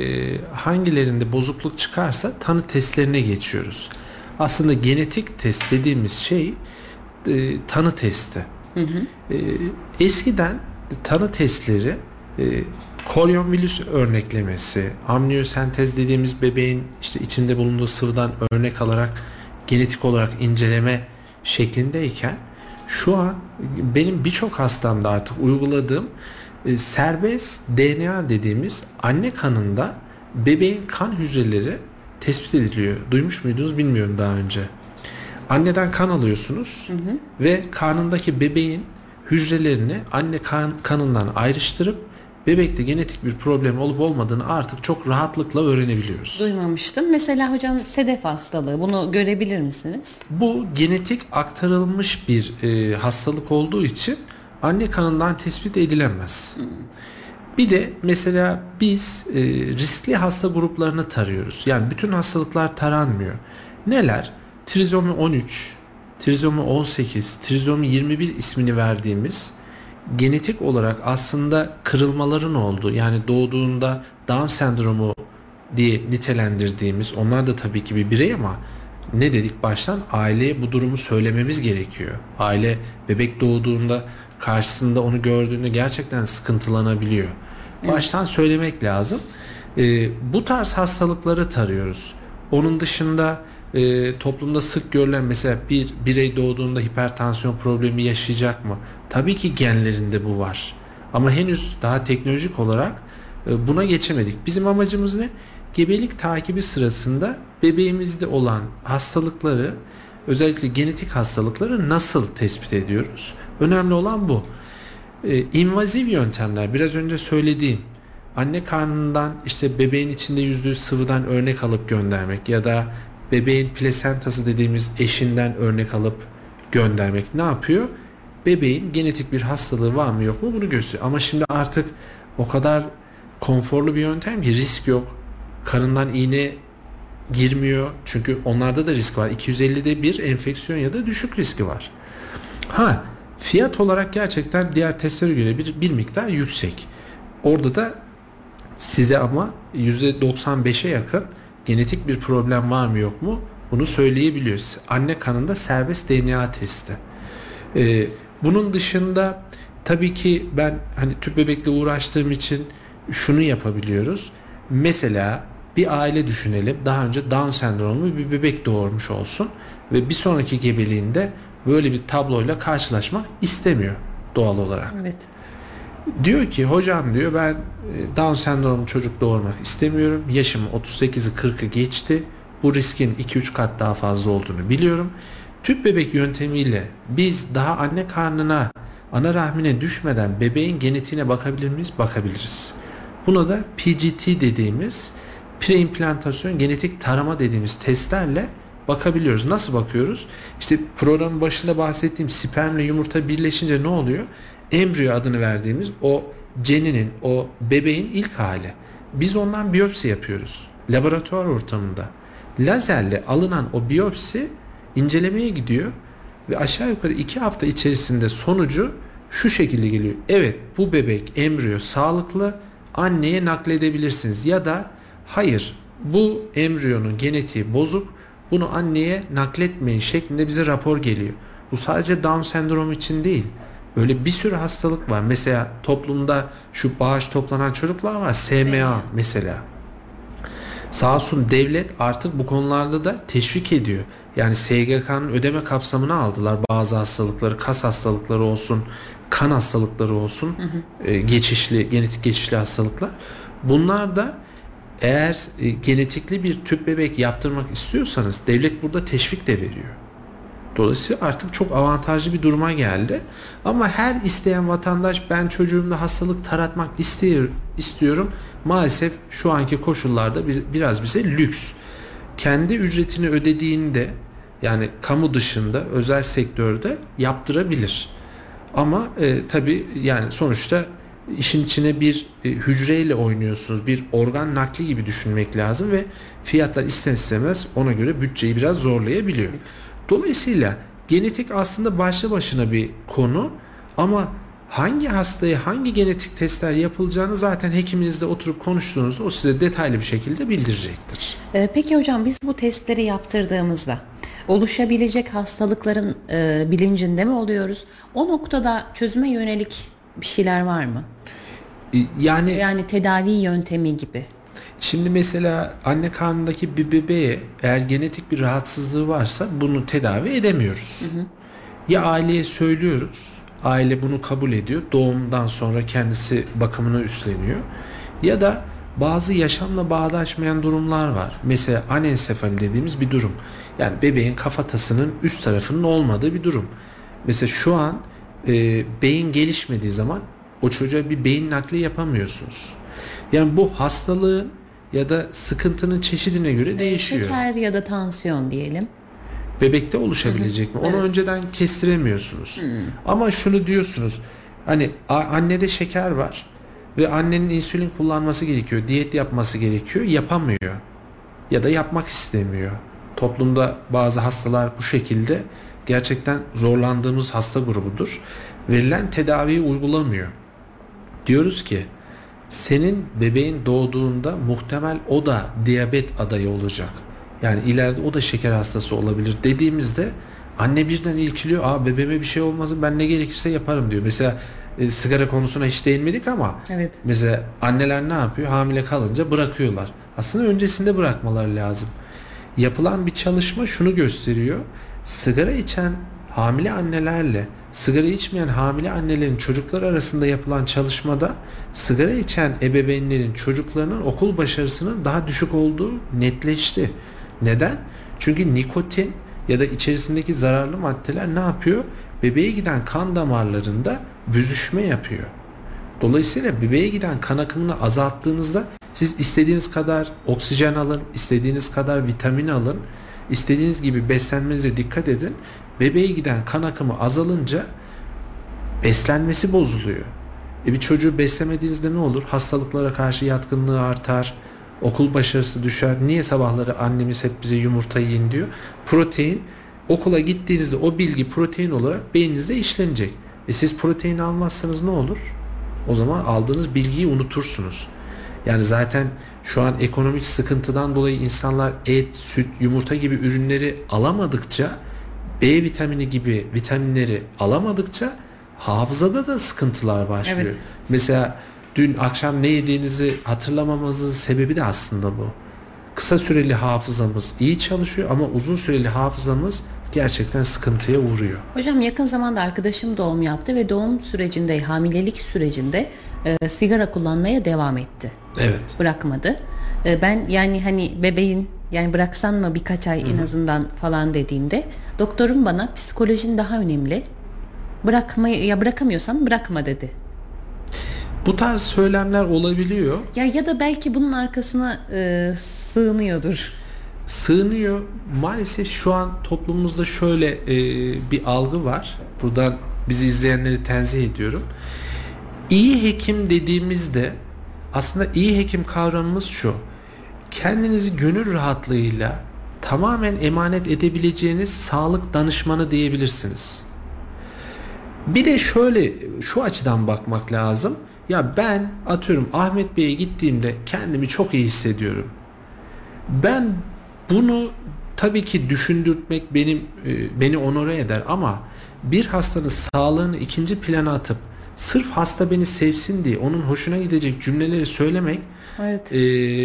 hangilerinde bozukluk çıkarsa tanı testlerine geçiyoruz. Aslında genetik test dediğimiz şey e, tanı testi. Hı hı. E, eskiden tanı testleri e, koryonvirüs örneklemesi, amniyosentez dediğimiz bebeğin işte içinde bulunduğu sıvıdan örnek alarak genetik olarak inceleme şeklindeyken, şu an benim birçok hastamda artık uyguladığım e, serbest D N A dediğimiz anne kanında bebeğin kan hücreleri tespit ediliyor. Duymuş muydunuz bilmiyorum daha önce. Anneden kan alıyorsunuz hı hı. ve karnındaki bebeğin hücrelerini anne kan, kanından ayrıştırıp bebekte genetik bir problem olup olmadığını artık çok rahatlıkla öğrenebiliyoruz. Duymamıştım. Mesela hocam sedef hastalığı, bunu görebilir misiniz? Bu genetik aktarılmış bir e, hastalık olduğu için anne kanından tespit edilemez. Hmm. Bir de mesela biz e, riskli hasta gruplarını tarıyoruz. Yani bütün hastalıklar taranmıyor. Neler? Trizomi on üç, trizomi on sekiz, trizomi yirmi bir ismini verdiğimiz genetik olarak aslında kırılmaların olduğu, yani doğduğunda Down sendromu diye nitelendirdiğimiz, onlar da tabii ki bir birey ama ne dedik baştan? Aileye bu durumu söylememiz gerekiyor. Aile bebek doğduğunda karşısında onu gördüğünde gerçekten sıkıntılanabiliyor. Baştan söylemek lazım. E, bu tarz hastalıkları tarıyoruz. Onun dışında e, toplumda sık görülen mesela bir birey doğduğunda hipertansiyon problemi yaşayacak mı? Tabii ki genlerinde bu var. Ama henüz daha teknolojik olarak e, buna geçemedik. Bizim amacımız ne? Gebelik takibi sırasında bebeğimizde olan hastalıkları, özellikle genetik hastalıkları nasıl tespit ediyoruz? Önemli olan bu. Ee, invaziv yöntemler, biraz önce söylediğim, anne karnından işte bebeğin içinde yüzdüğü sıvıdan örnek alıp göndermek ya da bebeğin plasentası dediğimiz eşinden örnek alıp göndermek ne yapıyor? Bebeğin genetik bir hastalığı var mı yok mu bunu gösteriyor. Ama şimdi artık o kadar konforlu bir yöntem ki risk yok. Karından iğne girmiyor. Çünkü onlarda da risk var. iki yüz ellide bir enfeksiyon ya da düşük riski var. Ha, fiyat olarak gerçekten diğer testlere göre bir, bir miktar yüksek. Orada da size ama yüzde doksan beşe yakın genetik bir problem var mı yok mu bunu söyleyebiliyoruz. Anne kanında serbest D N A testi. Ee, bunun dışında tabii ki ben hani tüp bebekle uğraştığım için şunu yapabiliyoruz. Mesela bir aile düşünelim. Daha önce Down sendromlu bir bebek doğurmuş olsun ve bir sonraki gebeliğinde böyle bir tabloyla karşılaşmak istemiyor doğal olarak. Evet. Diyor ki hocam diyor ben Down sendromlu çocuk doğurmak istemiyorum. Yaşım otuz sekizi kırkı geçti. Bu riskin iki üç kat daha fazla olduğunu biliyorum. Tüp bebek yöntemiyle biz daha anne karnına, ana rahmine düşmeden bebeğin genetiğine bakabilir miyiz? Bakabiliriz. Buna da P G T dediğimiz preimplantasyon genetik tarama dediğimiz testlerle bakabiliyoruz. Nasıl bakıyoruz? İşte programın başında bahsettiğim spermle yumurta birleşince ne oluyor? Embriyo adını verdiğimiz o ceninin, o bebeğin ilk hali. Biz ondan biyopsi yapıyoruz. Laboratuvar ortamında. Lazerle alınan o biyopsi incelemeye gidiyor ve aşağı yukarı iki hafta içerisinde sonucu şu şekilde geliyor. Evet, bu bebek embriyo sağlıklı, anneye nakledebilirsiniz ya da hayır, bu embriyonun genetiği bozuk, bunu anneye nakletmeyin şeklinde bize rapor geliyor. Bu sadece Down sendromu için değil. Böyle bir sürü hastalık var. Mesela toplumda şu bağış toplanan çocuklar var. S M A mesela. Sağ olsun devlet artık bu konularda da teşvik ediyor. Yani S G K'nın ödeme kapsamına aldılar bazı hastalıkları, kas hastalıkları olsun, kan hastalıkları olsun, hı hı. E, geçişli, genetik geçişli hastalıklar. Bunlar da eğer e, genetikli bir tüp bebek yaptırmak istiyorsanız devlet burada teşvik de veriyor. Dolayısıyla artık çok avantajlı bir duruma geldi. Ama her isteyen vatandaş ben çocuğumda hastalık taratmak istiyor, istiyorum. Maalesef şu anki koşullarda biraz bize lüks. Kendi ücretini ödediğinde yani kamu dışında özel sektörde yaptırabilir. Ama e, tabii yani sonuçta işin içine bir e, hücreyle oynuyorsunuz. Bir organ nakli gibi düşünmek lazım ve fiyatlar ister istemez ona göre bütçeyi biraz zorlayabiliyor. Evet. Dolayısıyla genetik aslında başlı başına bir konu ama hangi hastaya hangi genetik testler yapılacağını zaten hekiminizle oturup konuştuğunuzda o size detaylı bir şekilde bildirecektir. Ee, peki hocam biz bu testleri yaptırdığımızda oluşabilecek hastalıkların e, bilincinde mi oluyoruz? O noktada çözüme yönelik bir şeyler var mı? Yani yani tedavi yöntemi gibi. Şimdi mesela anne karnındaki bir bebeğe eğer genetik bir rahatsızlığı varsa bunu tedavi edemiyoruz. Hı hı. Ya aileye söylüyoruz, aile bunu kabul ediyor, doğumdan sonra kendisi bakımını üstleniyor. Ya da bazı yaşamla bağdaşmayan durumlar var. Mesela anensefali dediğimiz bir durum. Yani bebeğin kafatasının üst tarafının olmadığı bir durum. Mesela şu an e, beyin gelişmediği zaman o çocuğa bir beyin nakli yapamıyorsunuz. Yani bu hastalığın ya da sıkıntının çeşidine göre değişiyor. Şeker ya da tansiyon diyelim. Bebekte oluşabilecek hı hı. mi? Onu evet. önceden kestiremiyorsunuz. Hı. Ama şunu diyorsunuz. Hani annede şeker var ve annenin insülin kullanması gerekiyor. Diyet yapması gerekiyor. Yapamıyor. Ya da yapmak istemiyor. Toplumda bazı hastalar bu şekilde gerçekten zorlandığımız hasta grubudur. Verilen tedaviyi uygulamıyor. Diyoruz ki senin bebeğin doğduğunda muhtemel o da diyabet adayı olacak. Yani ileride o da şeker hastası olabilir dediğimizde anne birden ilgiliyor. Aa bebeğime bir şey olmasın ben ne gerekirse yaparım diyor. Mesela e, sigara konusuna hiç değinmedik ama evet. mesela anneler ne yapıyor? Hamile kalınca bırakıyorlar. Aslında öncesinde bırakmaları lazım. Yapılan bir çalışma şunu gösteriyor. Sigara içen hamile annelerle sigara içmeyen hamile annelerin çocuklar arasında yapılan çalışmada sigara içen ebeveynlerin çocuklarının okul başarısının daha düşük olduğu netleşti. Neden? Çünkü nikotin ya da içerisindeki zararlı maddeler ne yapıyor? Bebeğe giden kan damarlarında büzüşme yapıyor. Dolayısıyla bebeğe giden kan akımını azalttığınızda siz istediğiniz kadar oksijen alın, istediğiniz kadar vitamin alın, istediğiniz gibi beslenmenize dikkat edin. Bebeğe giden kan akımı azalınca beslenmesi bozuluyor. E bir çocuğu beslemediğinizde ne olur? Hastalıklara karşı yatkınlığı artar, okul başarısı düşer. Niye sabahları annemiz hep bize yumurta yiyin diyor? Protein, okula gittiğinizde o bilgi protein olarak beyninizde işlenecek. E siz protein almazsanız ne olur? O zaman aldığınız bilgiyi unutursunuz. Yani zaten şu an ekonomik sıkıntıdan dolayı insanlar et, süt, yumurta gibi ürünleri alamadıkça, B vitamini gibi vitaminleri alamadıkça hafızada da sıkıntılar başlıyor. Evet. Mesela dün akşam ne yediğinizi hatırlamamanızın sebebi de aslında bu. Kısa süreli hafızamız iyi çalışıyor ama uzun süreli hafızamız gerçekten sıkıntıya uğruyor. Hocam yakın zamanda arkadaşım doğum yaptı ve doğum sürecinde, hamilelik sürecinde e, sigara kullanmaya devam etti. Evet. Bırakmadı. E, ben yani hani bebeğin yani bıraksan mı birkaç ay en azından falan dediğimde doktorum bana psikolojin daha önemli. Bırakmayı ya bırakamıyorsan bırakma dedi. Bu tarz söylemler olabiliyor. Ya ya da belki bunun arkasına e, sığınıyordur. Sığınıyor. Maalesef şu an toplumumuzda şöyle e, bir algı var. Buradan bizi izleyenleri tenzih ediyorum. İyi hekim dediğimizde aslında iyi hekim kavramımız şu. Kendinizi gönül rahatlığıyla tamamen emanet edebileceğiniz sağlık danışmanı diyebilirsiniz. Bir de şöyle şu açıdan bakmak lazım. Ya ben atıyorum Ahmet Bey'e gittiğimde kendimi çok iyi hissediyorum. Ben bunu tabii ki düşündürtmek benim e, beni onore eder ama bir hastanın sağlığını ikinci plana atıp sırf hasta beni sevsin diye onun hoşuna gidecek cümleleri söylemek Evet. e,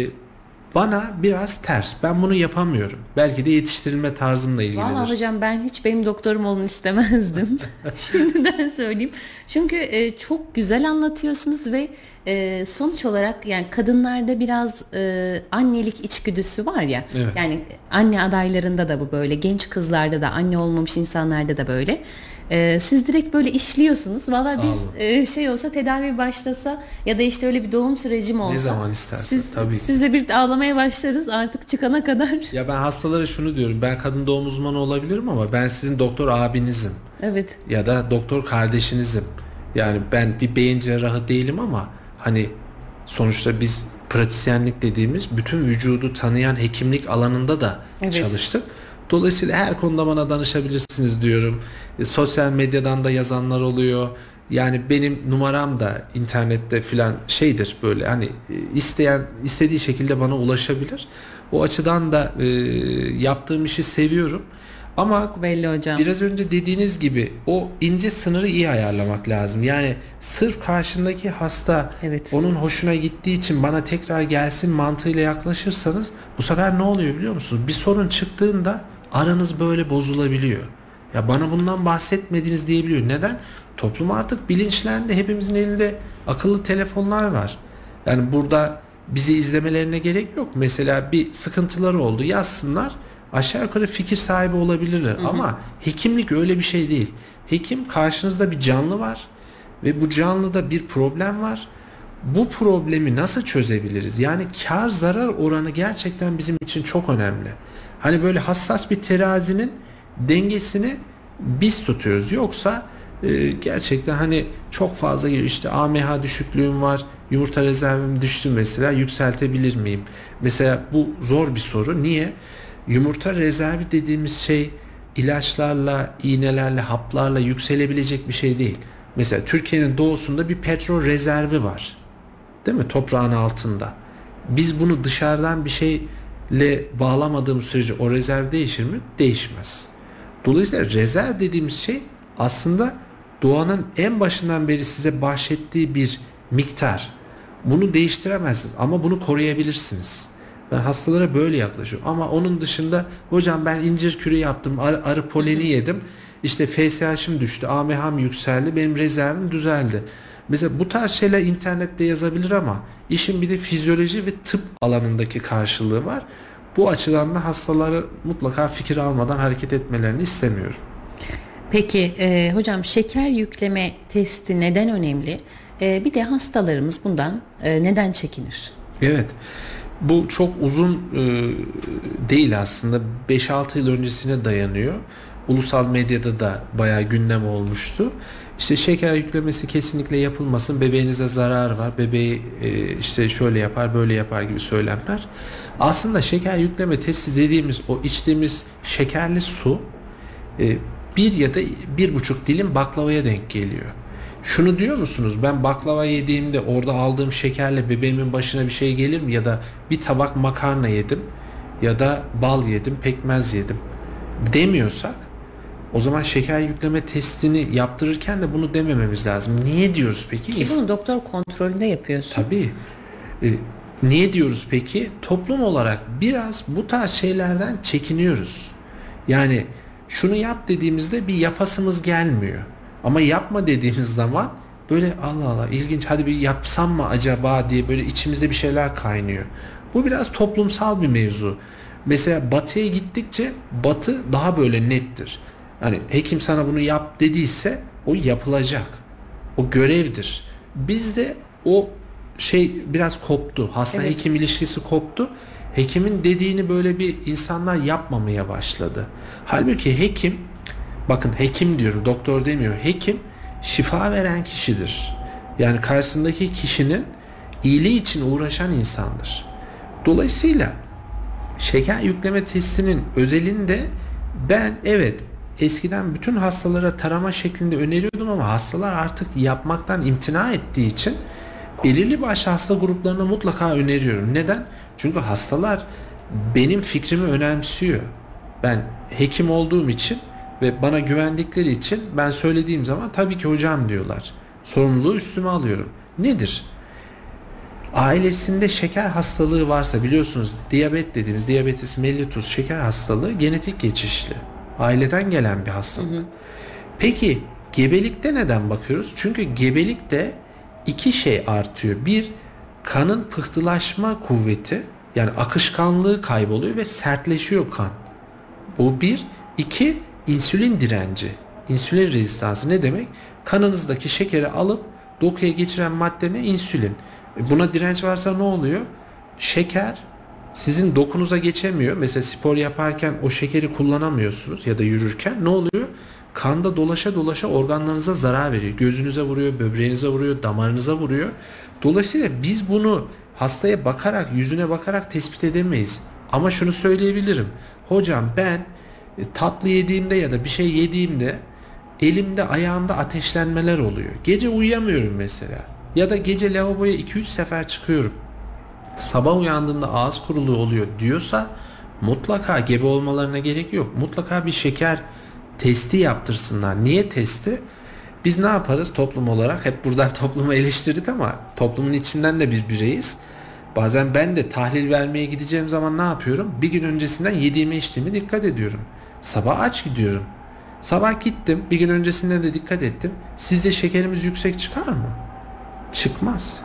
bana biraz ters. Ben bunu yapamıyorum. Belki de yetiştirilme tarzımla ilgilidir. Vallahi hocam ben hiç benim doktorum olun istemezdim. Şimdiden söyleyeyim. Çünkü e, çok güzel anlatıyorsunuz ve e, sonuç olarak yani kadınlarda biraz e, annelik içgüdüsü var ya. Evet. Yani anne adaylarında da bu böyle, genç kızlarda da, anne olmamış insanlarda da böyle. Ee, siz direkt böyle işliyorsunuz. Valla Sağ biz olun. e, şey olsa, tedavi başlasa ya da işte öyle bir doğum sürecim olsa. Ne zaman isterseniz siz, tabii ki. Sizle birlikte ağlamaya başlarız artık çıkana kadar. Ya ben hastalara şunu diyorum. Ben kadın doğum uzmanı olabilirim ama ben sizin doktor abinizim. Evet. Ya da doktor kardeşinizim. Yani ben bir beyin cerrahı değilim ama hani sonuçta biz pratisyenlik dediğimiz bütün vücudu tanıyan hekimlik alanında da Evet. çalıştık. Dolayısıyla her konuda bana danışabilirsiniz diyorum. E, sosyal medyadan da yazanlar oluyor. Yani benim numaram da internette filan şeydir böyle hani e, isteyen istediği şekilde bana ulaşabilir. O açıdan da e, yaptığım işi seviyorum. Ama Çok belli hocam. biraz önce dediğiniz gibi o ince sınırı iyi ayarlamak lazım. Yani sırf karşındaki hasta Evet. onun hoşuna gittiği için bana tekrar gelsin mantığıyla yaklaşırsanız bu sefer ne oluyor biliyor musunuz? Bir sorun çıktığında aranız böyle bozulabiliyor. Ya bana bundan bahsetmediniz diyebiliyor. Neden? Toplum artık bilinçlendi. Hepimizin elinde akıllı telefonlar var. Yani burada bizi izlemelerine gerek yok. Mesela bir sıkıntıları oldu yazsınlar. Aşağı yukarı fikir sahibi olabilirler. Hı hı. Ama hekimlik öyle bir şey değil. Hekim karşınızda bir canlı var ve bu canlıda bir problem var. Bu problemi nasıl çözebiliriz? Yani kar zarar oranı gerçekten bizim için çok önemli. Hani böyle hassas bir terazinin dengesini biz tutuyoruz. Yoksa e, gerçekten hani çok fazla geliyor. İşte A M H düşüklüğüm var. Yumurta rezervim düştü mesela. Yükseltebilir miyim? Mesela bu zor bir soru. Niye? Yumurta rezervi dediğimiz şey ilaçlarla, iğnelerle, haplarla yükselebilecek bir şey değil. Mesela Türkiye'nin doğusunda bir petrol rezervi var. Değil mi? Toprağın altında. Biz bunu dışarıdan bir şeyle bağlamadığımız sürece o rezerv değişir mi? Değişmez. Dolayısıyla rezerv dediğimiz şey aslında doğanın en başından beri size bahşettiği bir miktar. Bunu değiştiremezsiniz ama bunu koruyabilirsiniz. Ben hastalara böyle yaklaşıyorum. Ama onun dışında hocam ben incir kürü yaptım, arı, arı poleni yedim. İşte F S H'im düştü, A M H'm yükseldi, benim rezervim düzeldi. Mesela bu tarz şeyler internette yazabilir ama işin bir de fizyoloji ve tıp alanındaki karşılığı var. Bu açıdan da hastaları mutlaka fikir almadan hareket etmelerini istemiyorum. Peki e, hocam şeker yükleme testi neden önemli? E, bir de hastalarımız bundan e, neden çekinir? Evet. Bu çok uzun e, değil aslında. beş altı yıl öncesine dayanıyor. Ulusal medyada da bayağı gündem olmuştu. İşte şeker yüklemesi kesinlikle yapılmasın. Bebeğinize zarar var. Bebeği e, işte şöyle yapar, böyle yapar gibi söylemler. Aslında şeker yükleme testi dediğimiz o içtiğimiz şekerli su e, bir ya da bir buçuk dilim baklavaya denk geliyor. Şunu diyor musunuz? Ben baklava yediğimde orada aldığım şekerle bebeğimin başına bir şey gelir mi? Ya da bir tabak makarna yedim ya da bal yedim, pekmez yedim demiyorsak O zaman şeker yükleme testini yaptırırken de bunu demememiz lazım. Niye diyoruz peki? Ki bunu doktor kontrolünde yapıyorsun. Tabii. E, niye diyoruz peki? Toplum olarak biraz bu tarz şeylerden çekiniyoruz. Yani şunu yap dediğimizde bir yapasımız gelmiyor. Ama yapma dediğimiz zaman böyle Allah Allah ilginç, hadi bir yapsam mı acaba diye böyle içimizde bir şeyler kaynıyor. Bu biraz toplumsal bir mevzu. Mesela batıya gittikçe batı daha böyle nettir. Yani hekim sana bunu yap dediyse o yapılacak. O görevdir. Bizde o şey biraz koptu. Hasta Evet. hekim ilişkisi koptu. Hekimin dediğini böyle bir insanlar yapmamaya başladı. Halbuki hekim, bakın hekim diyorum, doktor demiyorum. Hekim şifa veren kişidir. Yani karşısındaki kişinin iyiliği için uğraşan insandır. Dolayısıyla şeker yükleme testinin özelinde ben evet eskiden bütün hastalara tarama şeklinde öneriyordum ama hastalar artık yapmaktan imtina ettiği için belirli başlı hasta gruplarına mutlaka öneriyorum. Neden? Çünkü hastalar benim fikrimi önemsiyor. Ben hekim olduğum için ve bana güvendikleri için ben söylediğim zaman tabii ki hocam diyorlar. Sorumluluğu üstüme alıyorum. Nedir? Ailesinde şeker hastalığı varsa, biliyorsunuz diyabet dediğimiz diabetes mellitus şeker hastalığı genetik geçişli. Aileden gelen bir hastalık. Hı hı. Peki gebelikte neden bakıyoruz? Çünkü gebelikte iki şey artıyor. Bir, kanın pıhtılaşma kuvveti, yani akışkanlığı kayboluyor ve sertleşiyor kan. Bu bir. İki, insülin direnci. İnsülin rezistansı ne demek? Kanınızdaki şekeri alıp dokuya geçiren madde ne? İnsülin. Buna direnç varsa ne oluyor? Şeker sizin dokunuza geçemiyor. Mesela spor yaparken o şekeri kullanamıyorsunuz ya da yürürken ne oluyor? Kanda dolaşa dolaşa organlarınıza zarar veriyor. Gözünüze vuruyor, böbreğinize vuruyor, damarınıza vuruyor. Dolayısıyla biz bunu hastaya bakarak, yüzüne bakarak tespit edemeyiz. Ama şunu söyleyebilirim. Hocam ben tatlı yediğimde ya da bir şey yediğimde elimde ayağımda ateşlenmeler oluyor. Gece uyuyamıyorum mesela. Ya da gece lavaboya iki üç sefer çıkıyorum. Sabah uyandığımda ağız kuruluğu oluyor diyorsa mutlaka gebe olmalarına gerek yok. Mutlaka bir şeker testi yaptırsınlar. Niye testi? Biz ne yaparız toplum olarak? Hep buradan toplumu eleştirdik ama toplumun içinden de bir bireyiz. Bazen ben de tahlil vermeye gideceğim zaman ne yapıyorum? Bir gün öncesinden yediğime içtiğime dikkat ediyorum. Sabah aç gidiyorum. Sabah gittim. Bir gün öncesinde de dikkat ettim. Sizce şekerimiz yüksek çıkar mı? Çıkmaz.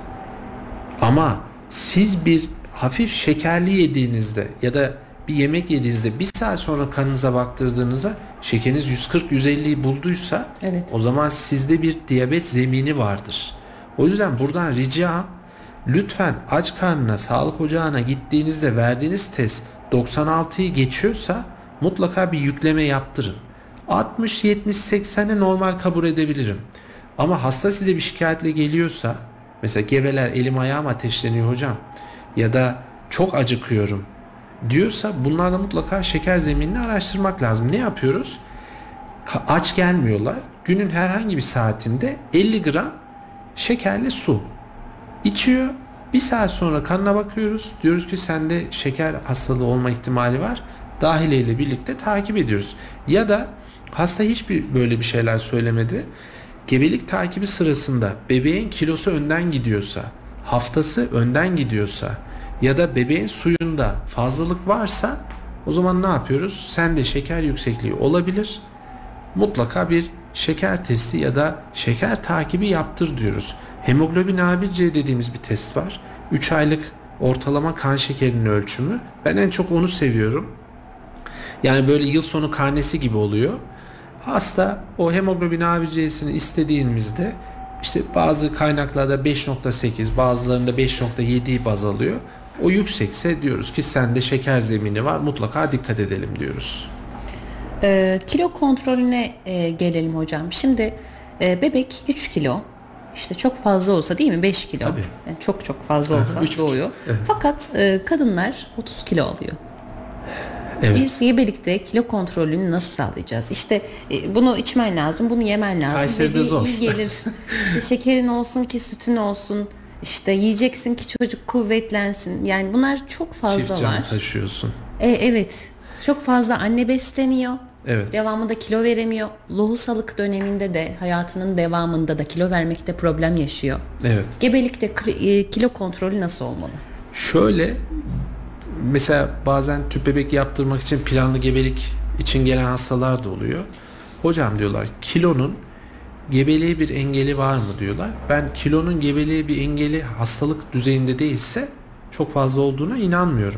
Ama siz bir hafif şekerli yediğinizde ya da bir yemek yediğinizde bir saat sonra kanınıza baktırdığınızda şekeriniz yüz kırk yüz elliyi bulduysa evet, o zaman sizde bir diyabet zemini vardır. O yüzden buradan ricam, lütfen aç karnına sağlık ocağına gittiğinizde verdiğiniz test doksan altıyı geçiyorsa mutlaka bir yükleme yaptırın. altmış yetmiş sekseni normal kabul edebilirim. Ama hasta size bir şikayetle geliyorsa, mesela gebeler elim ayağım ateşleniyor hocam ya da çok acıkıyorum diyorsa bunlarda mutlaka şeker zeminini araştırmak lazım. Ne yapıyoruz? Aç gelmiyorlar. Günün herhangi bir saatinde elli gram şekerli su içiyor. Bir saat sonra kanına bakıyoruz. Diyoruz ki sende şeker hastalığı olma ihtimali var. Dahiliyle birlikte takip ediyoruz. Ya da hasta hiçbir böyle bir şeyler söylemedi. Gebelik takibi sırasında bebeğin kilosu önden gidiyorsa, haftası önden gidiyorsa ya da bebeğin suyunda fazlalık varsa o zaman ne yapıyoruz? Sende şeker yüksekliği olabilir. Mutlaka bir şeker testi ya da şeker takibi yaptır diyoruz. Hemoglobin A bir C dediğimiz bir test var. üç aylık ortalama kan şekerinin ölçümü. Ben en çok onu seviyorum. Yani böyle yıl sonu karnesi gibi oluyor. Hasta o hemoglobin A bir C'sini istediğimizde işte bazı kaynaklarda beş nokta sekiz, bazılarında beş nokta yediyi baz alıyor. O yüksekse diyoruz ki sende şeker zemini var, mutlaka dikkat edelim diyoruz. Ee, kilo kontrolüne e, gelelim hocam. Şimdi e, bebek üç kilo, işte çok fazla olsa değil mi beş kilo, yani çok çok fazla olsa doğuyor. Evet. Fakat e, kadınlar otuz kilo alıyor. Evet. Biz gebelikte kilo kontrolünü nasıl sağlayacağız? İşte e, bunu içmen lazım, bunu yemen lazım. Kayseri'de zor. İyi gelir. İşte şekerin olsun ki sütün olsun. İşte yiyeceksin ki çocuk kuvvetlensin. Yani bunlar çok fazla Çift can var. taşıyorsun. E, evet. Çok fazla anne besleniyor. Evet. Devamında kilo veremiyor. Lohusalık döneminde de hayatının devamında da kilo vermekte problem yaşıyor. Evet. Gebelikte kri- e, kilo kontrolü nasıl olmalı? Şöyle, mesela bazen tüp bebek yaptırmak için planlı gebelik için gelen hastalar da oluyor. Hocam diyorlar, kilonun gebeliğe bir engeli var mı diyorlar. Ben kilonun gebeliğe bir engeli hastalık düzeyinde değilse çok fazla olduğuna inanmıyorum.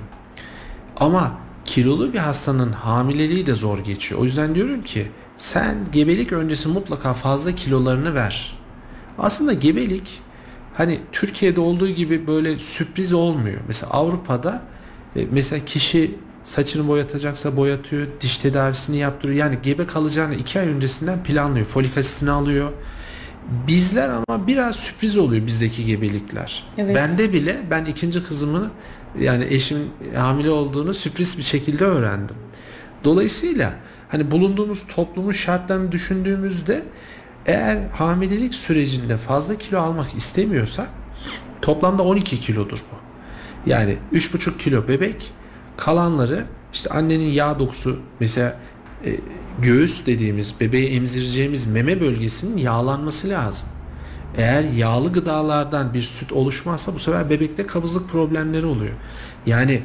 Ama kilolu bir hastanın hamileliği de zor geçiyor. O yüzden diyorum ki sen gebelik öncesi mutlaka fazla kilolarını ver. Aslında gebelik hani Türkiye'de olduğu gibi böyle sürpriz olmuyor. Mesela Avrupa'da e, mesela kişi saçını boyatacaksa boyatıyor, diş tedavisini yaptırıyor. Yani gebe kalacağını iki ay öncesinden planlıyor. Folik asitini alıyor. Bizler ama biraz sürpriz oluyor bizdeki gebelikler. Evet. Bende bile ben ikinci kızımın, yani eşimin hamile olduğunu sürpriz bir şekilde öğrendim. Dolayısıyla hani bulunduğumuz toplumun şartlarını düşündüğümüzde eğer hamilelik sürecinde fazla kilo almak istemiyorsak toplamda on iki kilodur bu. Yani üç buçuk kilo bebek, kalanları işte annenin yağ dokusu, mesela e, göğüs dediğimiz bebeği emzireceğimiz meme bölgesinin yağlanması lazım. Eğer yağlı gıdalardan bir süt oluşmazsa bu sefer bebekte kabızlık problemleri oluyor. Yani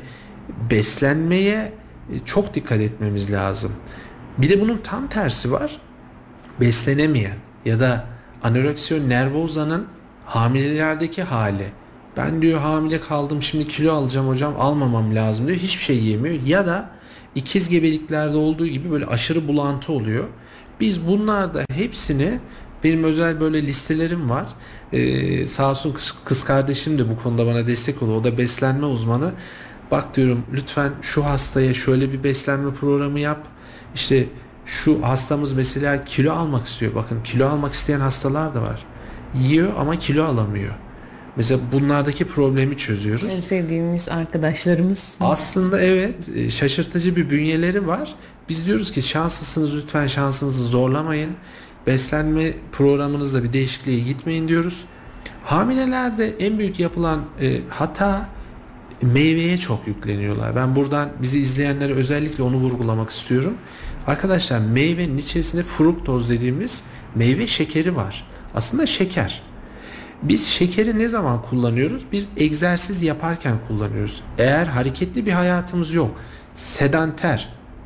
beslenmeye çok dikkat etmemiz lazım. Bir de bunun tam tersi var. Beslenemeyen ya da anoreksiyon nervozanın hamilelerdeki hali. Ben diyor hamile kaldım, şimdi kilo alacağım hocam, almamam lazım diyor. Hiçbir şey yemiyor. Ya da ikiz gebeliklerde olduğu gibi böyle aşırı bulantı oluyor. Biz bunlarda hepsini, benim özel böyle listelerim var. Ee, sağ olsun kız, kız kardeşim de bu konuda bana destek oluyor. O da beslenme uzmanı. Bak diyorum, lütfen şu hastaya şöyle bir beslenme programı yap. İşte şu hastamız mesela kilo almak istiyor. Bakın, kilo almak isteyen hastalar da var. Yiyor ama kilo alamıyor. Mesela bunlardaki problemi çözüyoruz. En sevdiğimiz arkadaşlarımız. Aslında evet, şaşırtıcı bir bünyeleri var. Biz diyoruz ki şanslısınız, lütfen şansınızı zorlamayın. Beslenme programınızda bir değişikliğe gitmeyin diyoruz. Hamilelerde en büyük yapılan e, hata, meyveye çok yükleniyorlar. Ben buradan bizi izleyenlere özellikle onu vurgulamak istiyorum. Arkadaşlar, meyvenin içerisinde fruktoz dediğimiz meyve şekeri var. Aslında şeker. Biz şekeri ne zaman kullanıyoruz? Bir egzersiz yaparken kullanıyoruz. Eğer hareketli bir hayatımız yok, sedanter,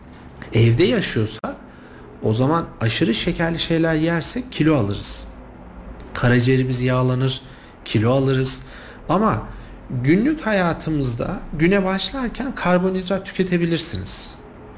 evde yaşıyorsak, o zaman aşırı şekerli şeyler yersek kilo alırız. Karaciğerimiz yağlanır, kilo alırız. Ama günlük hayatımızda güne başlarken karbonhidrat tüketebilirsiniz.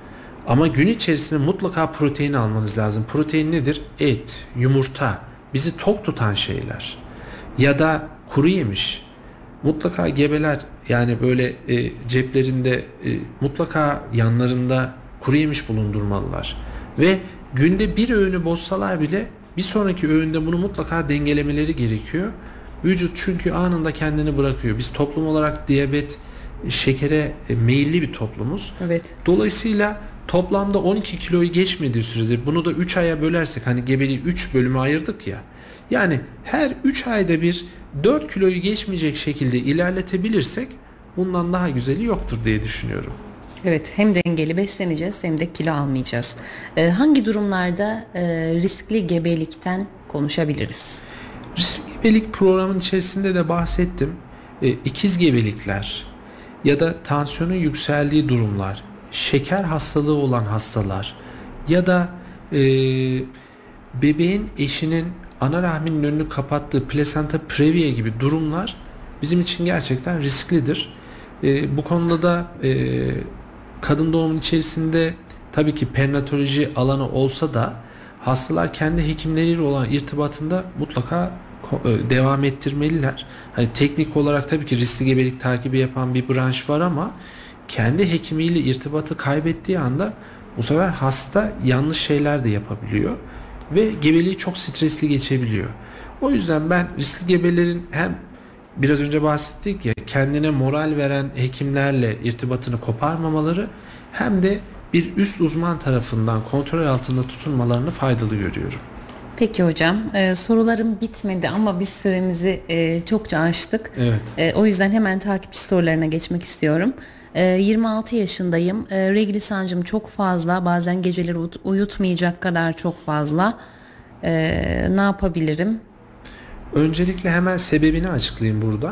Ama gün içerisinde mutlaka protein almanız lazım. Protein nedir? Et, yumurta, bizi tok tutan şeyler. Ya da kuru yemiş. Mutlaka gebeler, yani böyle e, ceplerinde e, mutlaka yanlarında kuru yemiş bulundurmalılar. Ve günde bir öğünü bozsalar bile bir sonraki öğünde bunu mutlaka dengelemeleri gerekiyor. Vücut çünkü anında kendini bırakıyor. Biz toplum olarak diyabet, şekere meyilli bir toplumuz. Evet. Dolayısıyla toplamda on iki kiloyu geçmediği sürede, bunu da üç aya bölersek, hani gebeliği üç bölüme ayırdık ya. Yani her üç ayda bir dört kiloyu geçmeyecek şekilde ilerletebilirsek bundan daha güzeli yoktur diye düşünüyorum. Evet, hem dengeli besleneceğiz hem de kilo almayacağız. Ee, hangi durumlarda e, riskli gebelikten konuşabiliriz? Riskli gebelik programının içerisinde de bahsettim. E, ikiz gebelikler ya da tansiyonun yükseldiği durumlar, şeker hastalığı olan hastalar ya da e, bebeğin eşinin ana rahminin önünü kapattığı plasenta previa gibi durumlar bizim için gerçekten risklidir. E, bu konuda da e, kadın doğumun içerisinde tabii ki perinatoloji alanı olsa da hastalar kendi hekimleriyle olan irtibatında mutlaka e, devam ettirmeliler. Hani teknik olarak tabii ki riskli gebelik takibi yapan bir branş var ama kendi hekimiyle irtibatı kaybettiği anda bu sefer hasta yanlış şeyler de yapabiliyor ve gebeliği çok stresli geçebiliyor. O yüzden ben riskli gebelerin hem biraz önce bahsettik ya, kendine moral veren hekimlerle irtibatını koparmamaları, hem de bir üst uzman tarafından kontrol altında tutulmalarını faydalı görüyorum. Peki hocam, e, sorularım bitmedi ama biz süremizi e, çokça aştık. Evet. E, o yüzden hemen takipçi sorularına geçmek istiyorum. E, yirmi altı yaşındayım. E, regl sancım çok fazla. Bazen geceleri uyut- uyutmayacak kadar çok fazla. E, ne yapabilirim? Öncelikle hemen sebebini açıklayayım burada.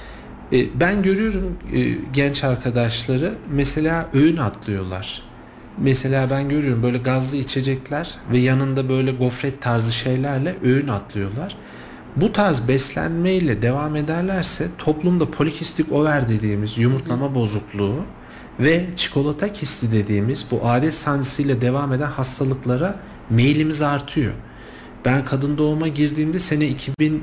E, ben görüyorum e, genç arkadaşları mesela öğün atlıyorlar. Mesela ben görüyorum böyle gazlı içecekler ve yanında böyle gofret tarzı şeylerle öğün atlıyorlar. Bu tarz beslenmeyle devam ederlerse toplumda polikistik over dediğimiz yumurtlama bozukluğu ve çikolata kisti dediğimiz bu adet sancısıyla devam eden hastalıklara meyilimiz artıyor. Ben kadın doğuma girdiğimde sene iki bin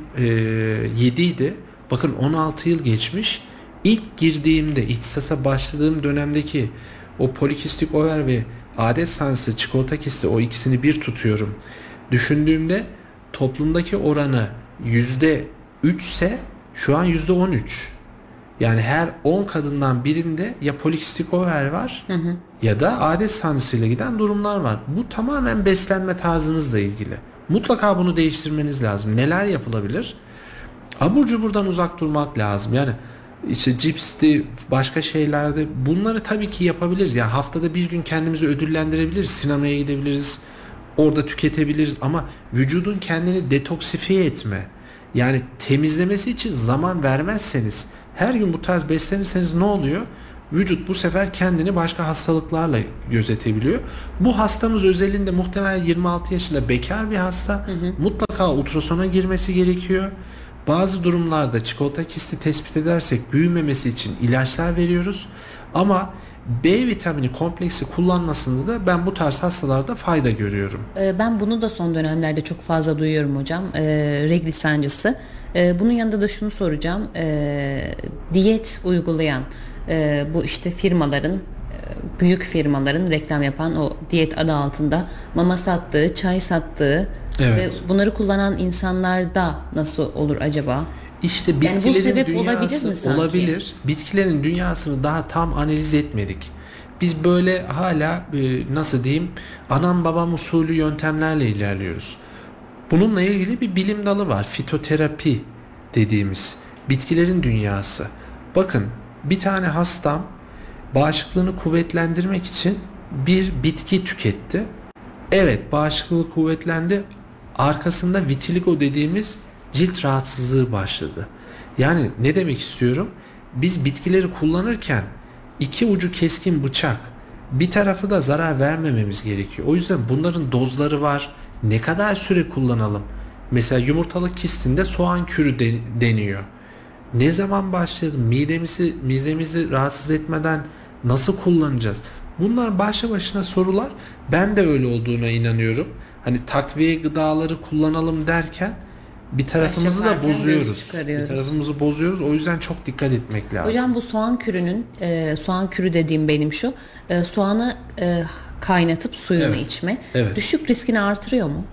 yedi idi. Bakın on altı yıl geçmiş. İlk girdiğimde, ihtisasa başladığım dönemdeki o polikistik over ve adet sancısı, çikolata kisti, o ikisini bir tutuyorum. Düşündüğümde toplumdaki oranı yüzde üç ise şu an yüzde on üç. Yani her on kadından birinde ya polikistik over var hı hı. ya da adet sancısıyla giden durumlar var. Bu tamamen beslenme tarzınızla ilgili. Mutlaka bunu değiştirmeniz lazım. Neler yapılabilir? Abur cuburdan uzak durmak lazım. Yani işte cipsti, başka şeylerde bunları tabii ki yapabiliriz. Yani haftada bir gün kendimizi ödüllendirebiliriz. Sinemaya gidebiliriz. Orada tüketebiliriz ama vücudun kendini detoksifiye etme, yani temizlemesi için zaman vermezseniz, her gün bu tarz beslenirseniz ne oluyor? Vücut bu sefer kendini başka hastalıklarla gözetebiliyor. Bu hastamız özelinde muhtemelen yirmi altı yaşında bekar bir hasta. Hı hı. Mutlaka ultrasona girmesi gerekiyor. Bazı durumlarda çikolata kisti tespit edersek büyümemesi için ilaçlar veriyoruz. Ama B vitamini kompleksi kullanmasında da ben bu tarz hastalarda fayda görüyorum. Ben bunu da son dönemlerde çok fazla duyuyorum hocam. E, regl sancısı. E, bunun yanında da şunu soracağım. E, diyet uygulayan e, bu işte firmaların, e, büyük firmaların reklam yapan o diyet adı altında mama sattığı, çay sattığı evet. ve bunları kullanan insanlarda nasıl olur acaba? İşte bitkilerin yani bu sebep dünyası olabilir mi sanki? Olabilir. Bitkilerin dünyasını daha tam analiz etmedik. Biz böyle hala nasıl diyeyim anam babam usulü yöntemlerle ilerliyoruz. Bununla ilgili bir bilim dalı var. Fitoterapi dediğimiz bitkilerin dünyası. Bakın bir tane hastam bağışıklığını kuvvetlendirmek için bir bitki tüketti. Evet, bağışıklığı kuvvetlendi. Arkasında vitiligo dediğimiz cilt rahatsızlığı başladı. Yani ne demek istiyorum? Biz bitkileri kullanırken iki ucu keskin bıçak, bir tarafı da zarar vermememiz gerekiyor. O yüzden bunların dozları var. Ne kadar süre kullanalım? Mesela yumurtalık kistinde soğan kürü deniyor. Ne zaman başlayalım? Midemizi, midemizi rahatsız etmeden nasıl kullanacağız? Bunlar başlı başına sorular. Ben de öyle olduğuna inanıyorum. Hani takviye gıdaları kullanalım derken bir tarafımızı da bozuyoruz. Bir tarafımızı bozuyoruz. O yüzden çok dikkat etmek lazım. Hocam bu soğan kürünün, e, soğan kürü dediğim benim şu, e, soğanı e, kaynatıp suyunu evet. içme. Evet. Düşük riskini artırıyor mu?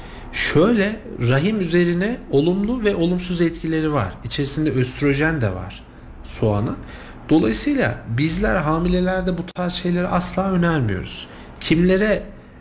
Şöyle, rahim üzerine olumlu ve olumsuz etkileri var. İçerisinde östrojen de var soğanın. Dolayısıyla bizler hamilelerde bu tarz şeyleri asla önermiyoruz. Kimlere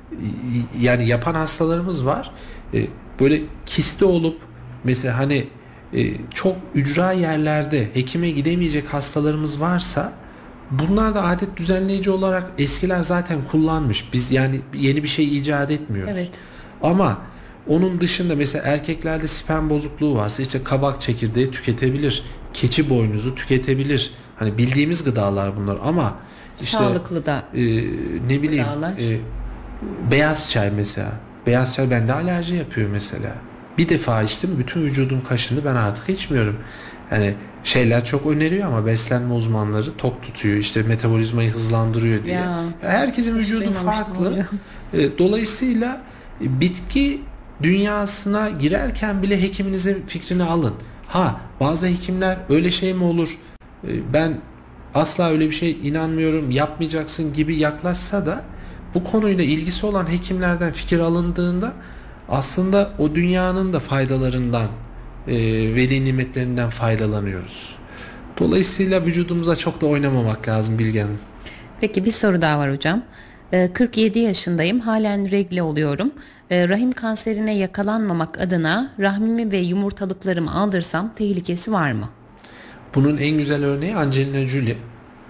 yani yapan hastalarımız var. E, böyle kisti olup mesela hani e, çok ücra yerlerde hekime gidemeyecek hastalarımız varsa bunlar da adet düzenleyici olarak eskiler zaten kullanmış. Biz yani yeni bir şey icat etmiyoruz. Evet. Ama onun dışında mesela erkeklerde sperm bozukluğu varsa işte kabak çekirdeği tüketebilir. Keçi boynuzu tüketebilir. Hani bildiğimiz gıdalar bunlar ama işte sağlıklı da e, ne bileyim e, beyaz çay mesela. Beyaz çay bende alerji yapıyor mesela. Bir defa içtim bütün vücudum kaşındı, ben artık içmiyorum. Yani şeyler çok öneriyor ama beslenme uzmanları tok tutuyor, işte metabolizmayı hızlandırıyor diye. Ya, herkesin vücudu farklı. E, dolayısıyla bitki dünyasına girerken bile hekiminizin fikrini alın. Ha, bazı hekimler öyle şey mi olur? E, ben asla öyle bir şey inanmıyorum, yapmayacaksın gibi yaklaşsa da bu konuyla ilgisi olan hekimlerden fikir alındığında aslında o dünyanın da faydalarından, e, veli nimetlerinden faydalanıyoruz. Dolayısıyla vücudumuza çok da oynamamak lazım Bilge Hanım. Peki bir soru daha var hocam. kırk yedi yaşındayım. Halen regle oluyorum. Rahim kanserine yakalanmamak adına rahmimi ve yumurtalıklarımı aldırsam tehlikesi var mı? Bunun en güzel örneği Angelina Jolie.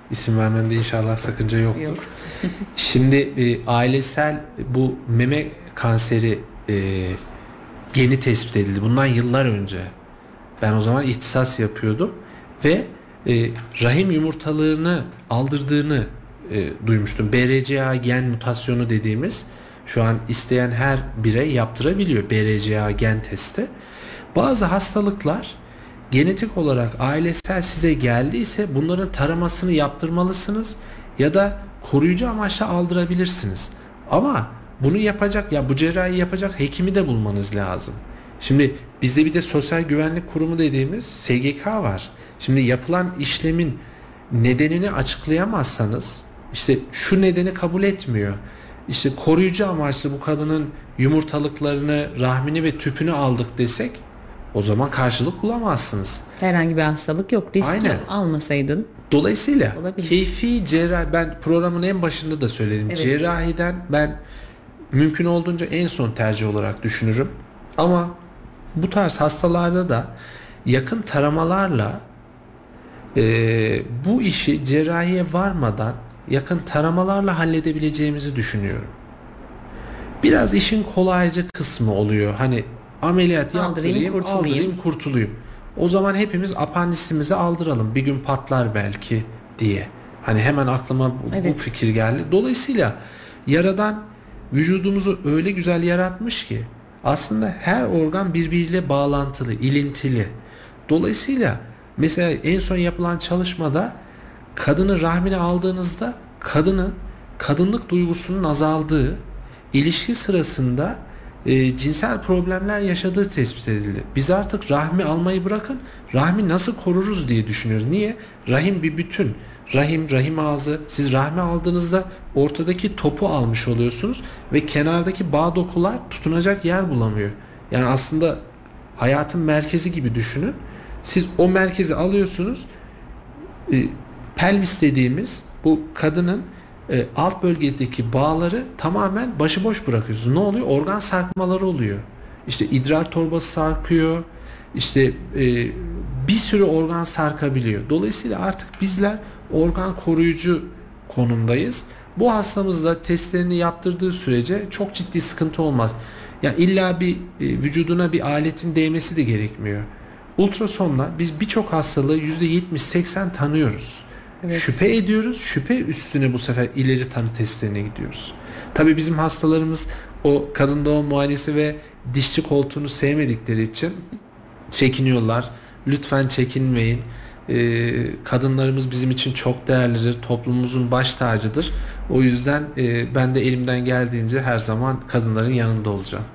İsim vermemde inşallah sakınca yoktur. Yok. Şimdi e, ailesel bu meme kanseri e, yeni tespit edildi. Bundan yıllar önce. Ben o zaman ihtisas yapıyordum ve e, rahim yumurtalığını aldırdığını e, duymuştum. B R C A gen mutasyonu dediğimiz, şu an isteyen her birey yaptırabiliyor B R C A gen testi. Bazı hastalıklar genetik olarak ailesel size geldiyse bunların taramasını yaptırmalısınız ya da koruyucu amaçla aldırabilirsiniz. Ama bunu yapacak, ya bu cerrahi yapacak hekimi de bulmanız lazım. Şimdi bizde bir de Sosyal Güvenlik Kurumu dediğimiz S G K var. Şimdi yapılan işlemin nedenini açıklayamazsanız, işte şu nedeni kabul etmiyor, İşte koruyucu amaçlı bu kadının yumurtalıklarını, rahmini ve tüpünü aldık desek, o zaman karşılık bulamazsınız. Herhangi bir hastalık yok. Riski Aynen. almasaydın. Dolayısıyla olabilir. Keyfi cerrahi, ben programın en başında da söyledim. Evet. Cerrahiden ben mümkün olduğunca en son tercih olarak düşünürüm. Ama bu tarz hastalarda da yakın taramalarla e, bu işi cerrahiye varmadan yakın taramalarla halledebileceğimizi düşünüyorum. Biraz işin kolaycı kısmı oluyor. Hani ameliyat Aldırayım, yaptırayım, kurtulayım. aldırayım, kurtulayım. O zaman hepimiz apandisimizi aldıralım. Bir gün patlar belki diye. Hani hemen aklıma bu, Evet. bu fikir geldi. Dolayısıyla Yaradan vücudumuzu öyle güzel yaratmış ki aslında her organ birbiriyle bağlantılı, ilintili. Dolayısıyla mesela en son yapılan çalışmada kadının rahmini aldığınızda kadının kadınlık duygusunun azaldığı, ilişki sırasında e, cinsel problemler yaşadığı tespit edildi. Biz artık rahmi almayı bırakın, rahmi nasıl koruruz diye düşünüyoruz. Niye? Rahim bir bütün. Rahim, rahim ağzı. Siz rahmi aldığınızda ortadaki topu almış oluyorsunuz ve kenardaki bağ dokular tutunacak yer bulamıyor. Yani aslında hayatın merkezi gibi düşünün. Siz o merkezi alıyorsunuz. E, pelvis dediğimiz bu kadının e, alt bölgedeki bağları tamamen başıboş bırakıyorsunuz. Ne oluyor? Organ sarkmaları oluyor. İşte idrar torbası sarkıyor. İşte e, bir sürü organ sarkabiliyor. Dolayısıyla artık bizler organ koruyucu konumdayız. Bu hastamız da testlerini yaptırdığı sürece çok ciddi sıkıntı olmaz. Yani illa bir e, vücuduna bir aletin değmesi de gerekmiyor. Ultrasonla biz birçok hastalığı yüzde yetmiş seksen tanıyoruz. Evet. Şüphe ediyoruz. Şüphe üstüne bu sefer ileri tanı testlerine gidiyoruz. Tabii bizim hastalarımız o kadın doğum muayenesi ve dişçi koltuğunu sevmedikleri için çekiniyorlar. Lütfen çekinmeyin. Ee, kadınlarımız bizim için çok değerlidir. Toplumumuzun baş tacıdır. O yüzden e, ben de elimden geldiğince her zaman kadınların yanında olacağım.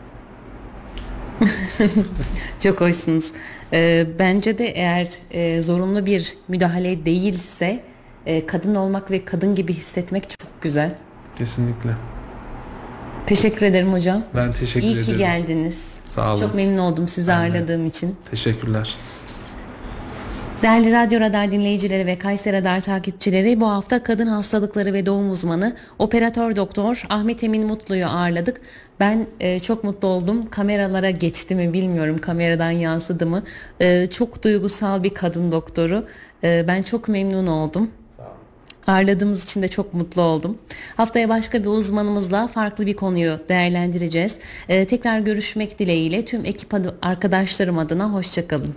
Çok hoşsunuz. Ee, bence de eğer e, zorunlu bir müdahale değilse e, kadın olmak ve kadın gibi hissetmek çok güzel. Kesinlikle. Teşekkür ederim hocam. Ben teşekkür İyi ederim. ki geldiniz. Sağ olun. Çok memnun oldum sizi Aynen. ağırladığım için. Teşekkürler. Değerli Radyo Radar dinleyicileri ve Kayser Radar takipçileri, bu hafta kadın hastalıkları ve doğum uzmanı operatör doktor Ahmet Emin Mutlu'yu ağırladık. Ben e, çok mutlu oldum. Kameralara geçti mi bilmiyorum, kameradan yansıdı mı. E, çok duygusal bir kadın doktoru. E, ben çok memnun oldum. Ağırladığımız için de çok mutlu oldum. Haftaya başka bir uzmanımızla farklı bir konuyu değerlendireceğiz. E, tekrar görüşmek dileğiyle tüm ekip adı, arkadaşlarım adına hoşçakalın.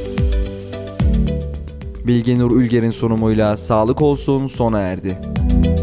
Bilge Nur Ülger'in sunumuyla Sağlık Olsun sona erdi.